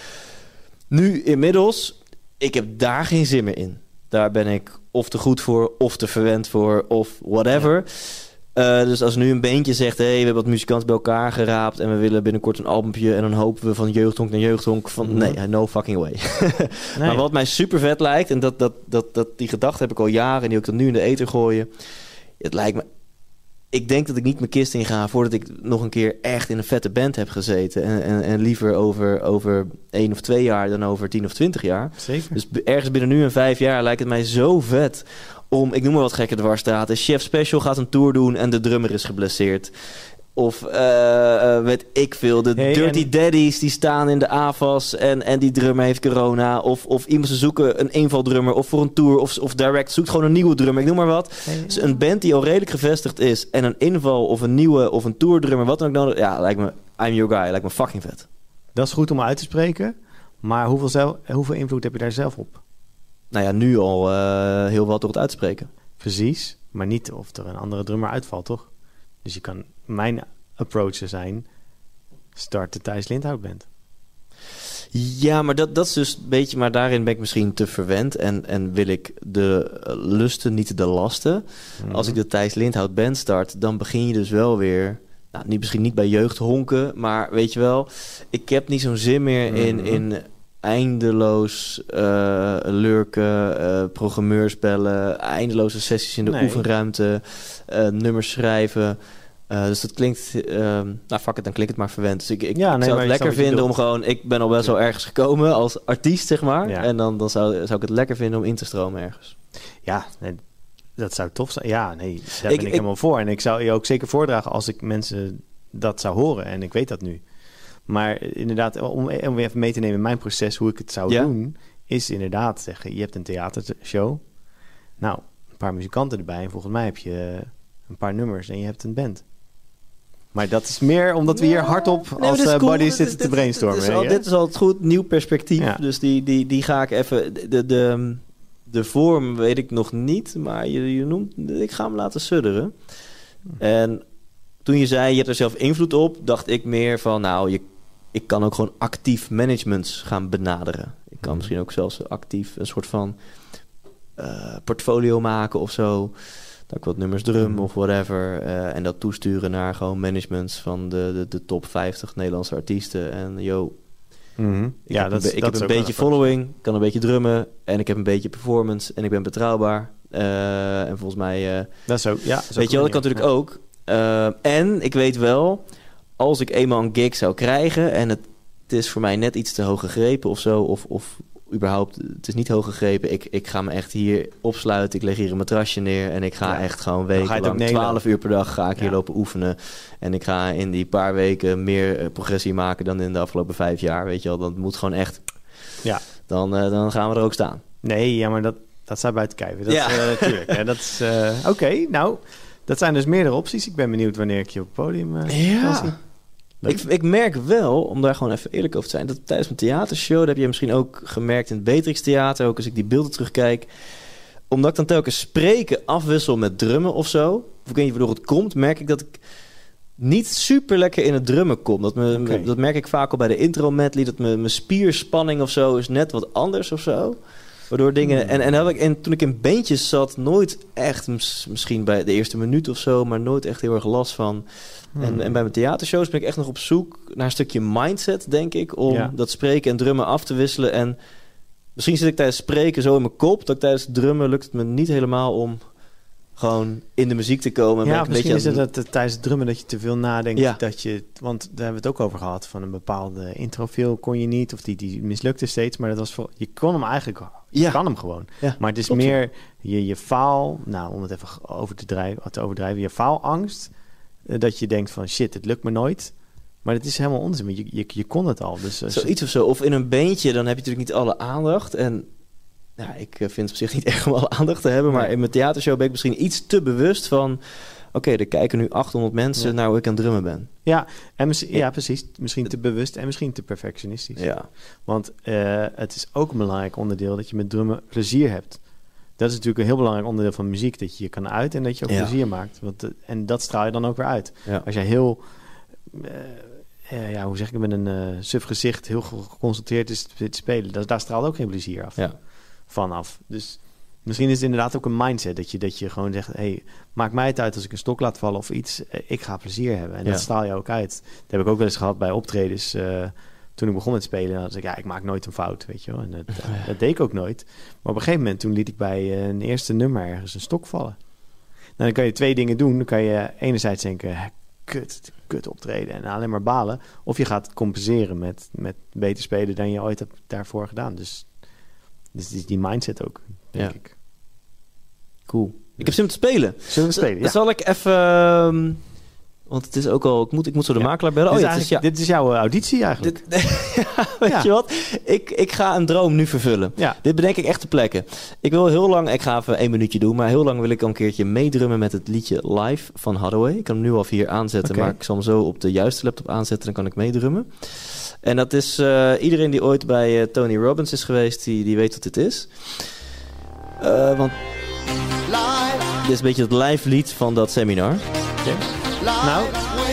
Nu inmiddels, ik heb daar geen zin meer in. Daar ben ik of te goed voor, of te verwend voor, of whatever. Ja. Uh, dus als nu een beentje zegt, hey, we hebben wat muzikanten bij elkaar geraapt en we willen binnenkort een albumpje en dan hopen we van jeugdhonk naar jeugdhonk. Van, mm-hmm. Nee, no fucking way. Nee. Maar wat mij super vet lijkt, en dat, dat, dat, dat, die gedachte heb ik al jaren en die ook dan nu in de ether gooien. Het lijkt me... Ik denk dat ik niet mijn kist in ga voordat ik nog een keer echt in een vette band heb gezeten. En, en, en liever over, over één of twee jaar dan over tien of twintig jaar. Zeker. Dus ergens binnen nu en vijf jaar lijkt het mij zo vet om, ik noem maar wat gekke dwarsstraten. Chef Special gaat een tour doen en de drummer is geblesseerd. Of uh, uh, weet ik veel, de hey, Dirty en... Daddies die staan in de A F A S en, en die drummer heeft corona. Of, of iemand ze zoeken een eenvaldrummer of voor een tour of, of direct zoekt gewoon een nieuwe drummer. Ik noem maar wat. Hey, dus een band die al redelijk gevestigd is en een inval of een nieuwe of een tourdrummer, wat dan ook nodig. Ja, lijkt me, I'm your guy, lijkt me fucking vet. Dat is goed om uit te spreken, maar hoeveel, zelf, hoeveel invloed heb je daar zelf op? Nou ja, nu al uh, heel wat door het uitspreken. Precies, maar niet of er een andere drummer uitvalt, toch? Dus je kan, mijn approach zijn, start de Thijs Lindhout Band. Ja, maar dat, dat is dus een beetje, maar daarin ben ik misschien te verwend en, en wil ik de lusten, niet de lasten. Mm-hmm. Als ik de Thijs Lindhout Band start, dan begin je dus wel weer, nou, niet, misschien niet bij jeugdhonken, maar weet je wel, ik heb niet zo'n zin meer mm-hmm. in, in eindeloos uh, lurken, uh, programmeurspellen, eindeloze sessies in de nee. oefenruimte, uh, nummers schrijven. Uh, dus dat klinkt, uh, nou fuck it, dan klinkt het maar verwend. Dus ik, ik, ja, ik nee, zou het lekker vinden om gewoon, ik ben al best ja. wel ergens gekomen als artiest, zeg maar. Ja. En dan, dan zou, zou ik het lekker vinden om in te stromen ergens. Ja, nee, dat zou tof zijn. Ja, nee, daar ik, ben ik, ik helemaal voor. En ik zou je ook zeker voordragen als ik mensen dat zou horen. En ik weet dat nu. Maar inderdaad, om, om even mee te nemen in mijn proces, hoe ik het zou ja. doen, is inderdaad zeggen, je hebt een theatershow. Nou, een paar muzikanten erbij. En volgens mij heb je een paar nummers en je hebt een band. Maar dat is meer omdat we hier hardop nee, als uh, cool. buddies zitten te brainstormen. Dit is, al, dit is al het goed, nieuw perspectief. Ja. Dus die, die, die ga ik even... De, de, de vorm weet ik nog niet, maar je, je noemt... Ik ga hem laten sudderen. En toen je zei, je hebt er zelf invloed op, dacht ik meer van, nou, je, ik kan ook gewoon actief managements gaan benaderen. Ik kan misschien ook zelfs actief een soort van uh, portfolio maken of zo. Dat ik wat nummers drum mm. of whatever. Uh, en dat toesturen naar gewoon managements van de, de, de top vijftig Nederlandse artiesten. En yo, mm-hmm. ik ja, heb dat, een, be- ik dat heb een beetje following, kan een beetje drummen en ik heb een beetje performance en ik ben betrouwbaar. Uh, en volgens mij... Uh, dat is ook, ja, dat is weet je wel, dat kan natuurlijk ja. ook. Uh, en ik weet wel, als ik eenmaal een gig zou krijgen en het, het is voor mij net iets te hoog gegrepen of zo, of, of überhaupt, het is niet hoog gegrepen. Ik, ik ga me echt hier opsluiten. Ik leg hier een matrasje neer en ik ga ja. echt gewoon wekenlang, twaalf uur per dag ga ik ja. hier lopen oefenen. En ik ga in die paar weken meer uh, progressie maken dan in de afgelopen vijf jaar. Weet je wel, dat moet gewoon echt. Ja. Dan, uh, dan gaan we er ook staan. Nee, ja, maar dat, dat staat buiten kijken. Dat ja. is uh, natuurlijk. Ja, dat is uh, oké. Okay, nou, dat zijn dus meerdere opties. Ik ben benieuwd wanneer ik je op het podium uh, ja. kan zien. Ik, ik merk wel, om daar gewoon even eerlijk over te zijn, dat tijdens mijn theatershow, dat heb je misschien ook gemerkt in het Beatrix Theater, ook als ik die beelden terugkijk, omdat ik dan telkens spreken afwissel met drummen of zo, of ik weet niet waardoor het komt, merk ik dat ik niet super lekker in het drummen kom. Dat, me, okay. dat merk ik vaak al bij de intro medley, dat me, mijn spierspanning of zo is net wat anders of zo. Waardoor dingen... Hmm. En, en, heb ik, en toen ik in beentjes zat, nooit echt, mis, misschien bij de eerste minuut of zo, maar nooit echt heel erg last van. Hmm. En, en bij mijn theatershows ben ik echt nog op zoek naar een stukje mindset, denk ik, om ja. dat spreken en drummen af te wisselen. En misschien zit ik tijdens spreken zo in mijn kop, dat ik tijdens drummen lukt het me niet helemaal om gewoon in de muziek te komen. Ja, een misschien beetje is het dat, tijdens het drummen dat je te veel nadenkt. Ja. Dat je, want daar hebben we het ook over gehad. Van een bepaalde introfeel kon je niet. Of die, die mislukte steeds. Maar dat was voor, je kon hem eigenlijk... Je ja. kan hem gewoon. Ja, maar het is klopt. meer je, je faal... Nou, om het even over te, drijven, te overdrijven. Je faalangst. Uh, dat je denkt van shit, het lukt me nooit. Maar het is helemaal onzin. Je, je, je kon het al. Dus, uh, Zoiets of zo. Of in een beentje, dan heb je natuurlijk niet alle aandacht. En... Ja, ik vind het op zich niet echt om alle aandacht te hebben, maar in mijn theatershow ben ik misschien iets te bewust van, oké, okay, er kijken nu achthonderd mensen ja. naar hoe ik aan het drummen ben. Ja, en mis- ja, precies. Misschien te bewust en misschien te perfectionistisch. Ja. Want uh, het is ook een belangrijk onderdeel dat je met drummen plezier hebt. Dat is natuurlijk een heel belangrijk onderdeel van muziek, dat je je kan uiten en dat je ook ja. plezier maakt. Want, uh, en dat straal je dan ook weer uit. Ja. Als jij heel... Uh, Uh, ja, hoe zeg ik het, met een uh, suf gezicht heel geconcentreerd is te spelen. Dat, daar straalt ook geen plezier af. Ja. Vanaf. Dus misschien is het inderdaad ook een mindset. Dat je, dat je gewoon zegt, hey, maakt mij het uit als ik een stok laat vallen of iets. Uh, ik ga plezier hebben. En ja. dat straal je ook uit. Dat heb ik ook wel eens gehad bij optredens. Uh, toen ik begon met spelen, dan was ik, ja, ik maak nooit een fout, weet je wel. En dat, uh, dat deed ik ook nooit. Maar op een gegeven moment, toen liet ik bij uh, een eerste nummer ergens een stok vallen. Nou, dan kan je twee dingen doen. Dan kan je enerzijds denken, kut, kut optreden en alleen maar balen. Of je gaat compenseren met, met beter spelen dan je ooit hebt daarvoor gedaan. Dus, dus die, die mindset ook, denk ja. ik. Cool. Dus. Ik heb zin om te spelen. Zullen we spelen? Dan ja. zal ik even... Um, want het is ook al... Ik moet, ik moet zo de ja. makelaar bellen. Oh, dit, ja, is het is, ja. dit is jouw auditie eigenlijk. Dit, ja, weet ja. je wat? Ik, ik ga een droom nu vervullen. Ja. Dit bedenk ik echt ter plekke. Ik wil heel lang... Ik ga even één minuutje doen. Maar heel lang wil ik al een keertje meedrummen met het liedje Live van Hathaway. Ik kan hem nu al hier aanzetten. Okay. Maar ik zal hem zo op de juiste laptop aanzetten. Dan kan ik meedrummen. En dat is... Uh, iedereen die ooit bij uh, Tony Robbins is geweest... Die, die weet wat dit is. Uh, want... Dit is een beetje het live lied van dat seminar. Okay. Nou.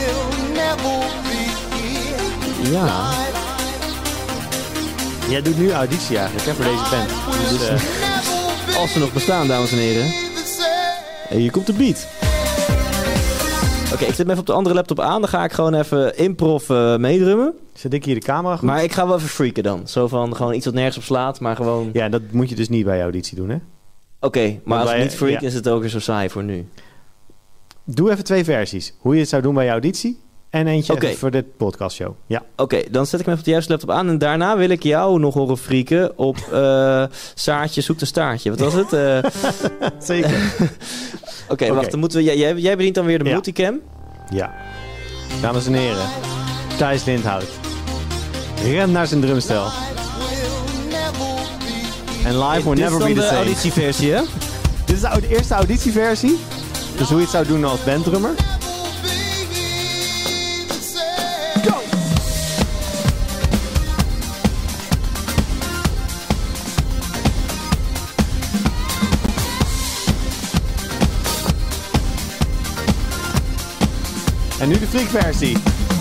Ja. Jij doet nu auditie eigenlijk hè, voor deze band. Dus, uh... als ze nog bestaan, dames en heren. En hier komt de beat. Oké, okay, ik zet hem even op de andere laptop aan. Dan ga ik gewoon even improv uh, meedrummen. Zet ik hier de camera goed? Maar ik ga wel even freaken dan. Zo van gewoon iets wat nergens op slaat, maar gewoon... Ja, dat moet je dus niet bij auditie doen, hè? Oké, okay, maar als ik niet freak, ja. is het ook weer zo saai voor nu. Doe even twee versies. Hoe je het zou doen bij je auditie. En eentje okay. voor de podcastshow. Ja. Oké, okay, dan zet ik hem even op de juiste laptop aan. En daarna wil ik jou nog horen freaken op uh, Saartje zoekt een staartje. Wat was het? Uh... Zeker. Oké, okay, okay. wacht. Dan moeten we, jij, jij bedient dan weer de ja. multicam. Ja. Dames en heren. Thijs Lindhout. Rent naar zijn drumstel. En live will never be the same. Dit is de auditieversie, hè? Dit is de eerste auditieversie. Dus hoe je het zou doen als banddrummer. Go! En nu de freakversie.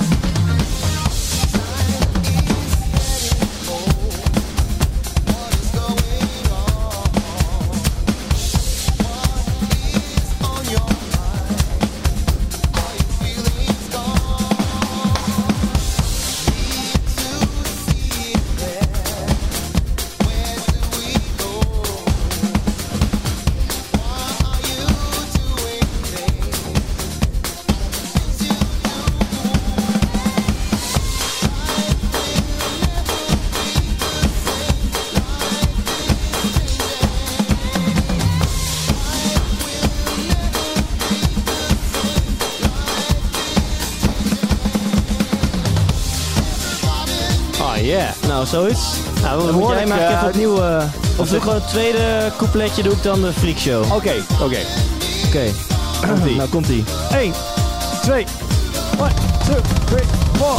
Yeah. Nou, zoiets. Nou, dan moet jij maar uh, even opnieuw... Uh, of doe gewoon het tweede coupletje, doe ik dan de freakshow. Oké, okay, oké. Okay. Oké. Okay. Nou, komt-ie. één, twee, one, two, three, four.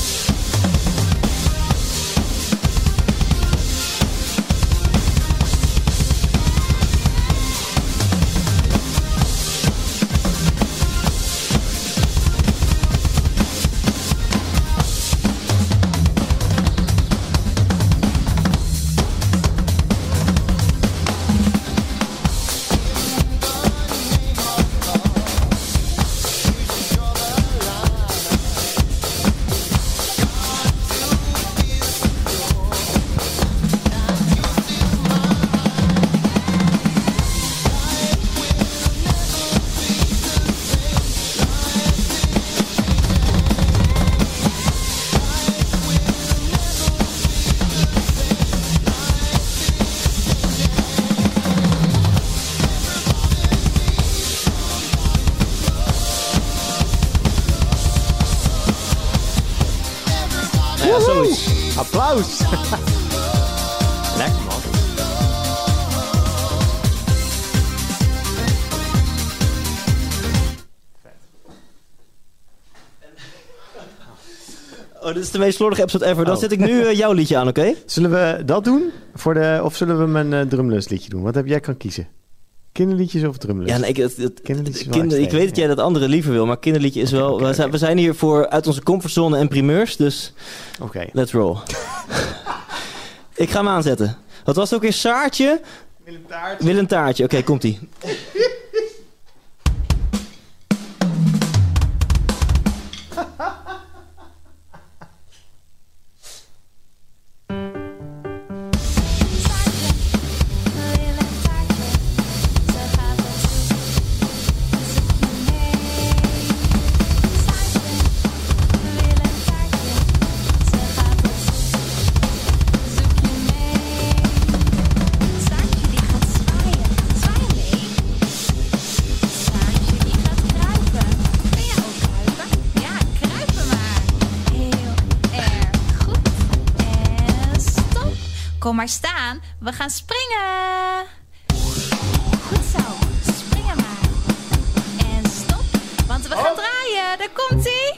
Ja, zoiets. Applaus. Lekker, man. Oh, dit is de meest slordige episode ever. Dan Oh. zet ik nu uh, jouw liedje aan, oké? Okay? Zullen we dat doen? Voor de, of zullen we mijn uh, drumlust liedje doen? Wat heb jij kan kiezen? Kinderliedjes of drumlust? Ja, nee, ik, het, het, kinderliedjes kinder, extreem, ik weet dat jij ja. dat andere liever wil, maar kinderliedje is okay, wel... Okay, we, zijn, okay. we zijn hier voor uit onze comfortzone en primeurs, dus Oké. Okay. Let's roll. Ik ga hem aanzetten. Wat was het ook weer? Saartje? Willem Taartje. Willem Taartje, oké, okay, komt-ie. Kom maar staan, we gaan springen. Goed zo, springen maar. En stop, want we gaan draaien. Daar komt-ie.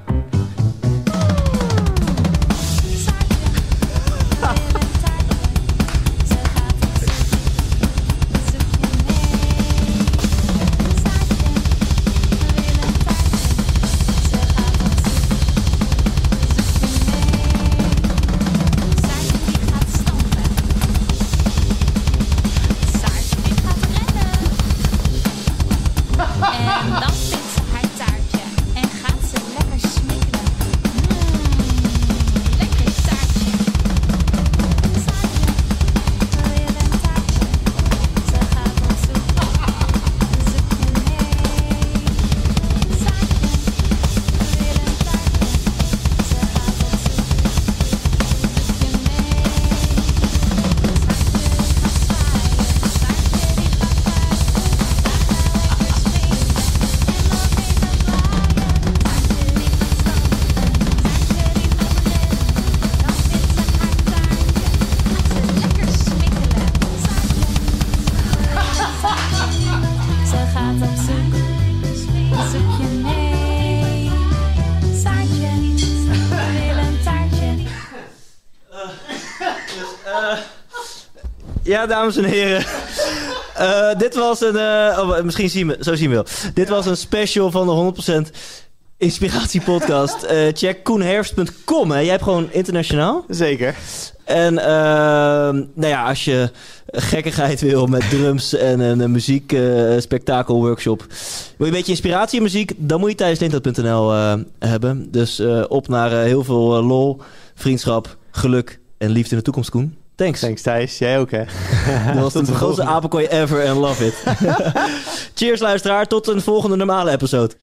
Ja, dames en heren. Uh, dit was een... Uh, oh, misschien zien we... Zo zien we wel. Dit was een special van de honderd procent Inspiratiepodcast. Uh, check koenherfst punt com. Hè. Jij hebt gewoon internationaal. Zeker. En uh, nou ja, als je gekkigheid wil met drums en een, een muziek uh, spektakel workshop. Wil je een beetje inspiratie in muziek? Dan moet je tijdens leentad punt n l uh, hebben. Dus uh, op naar uh, heel veel uh, lol, vriendschap, geluk en liefde in de toekomst, Koen. Thanks. Thanks Thijs. Jij ook, hè? Dat was de grootste apenkooi ever en love it. Cheers luisteraar, tot een volgende normale episode.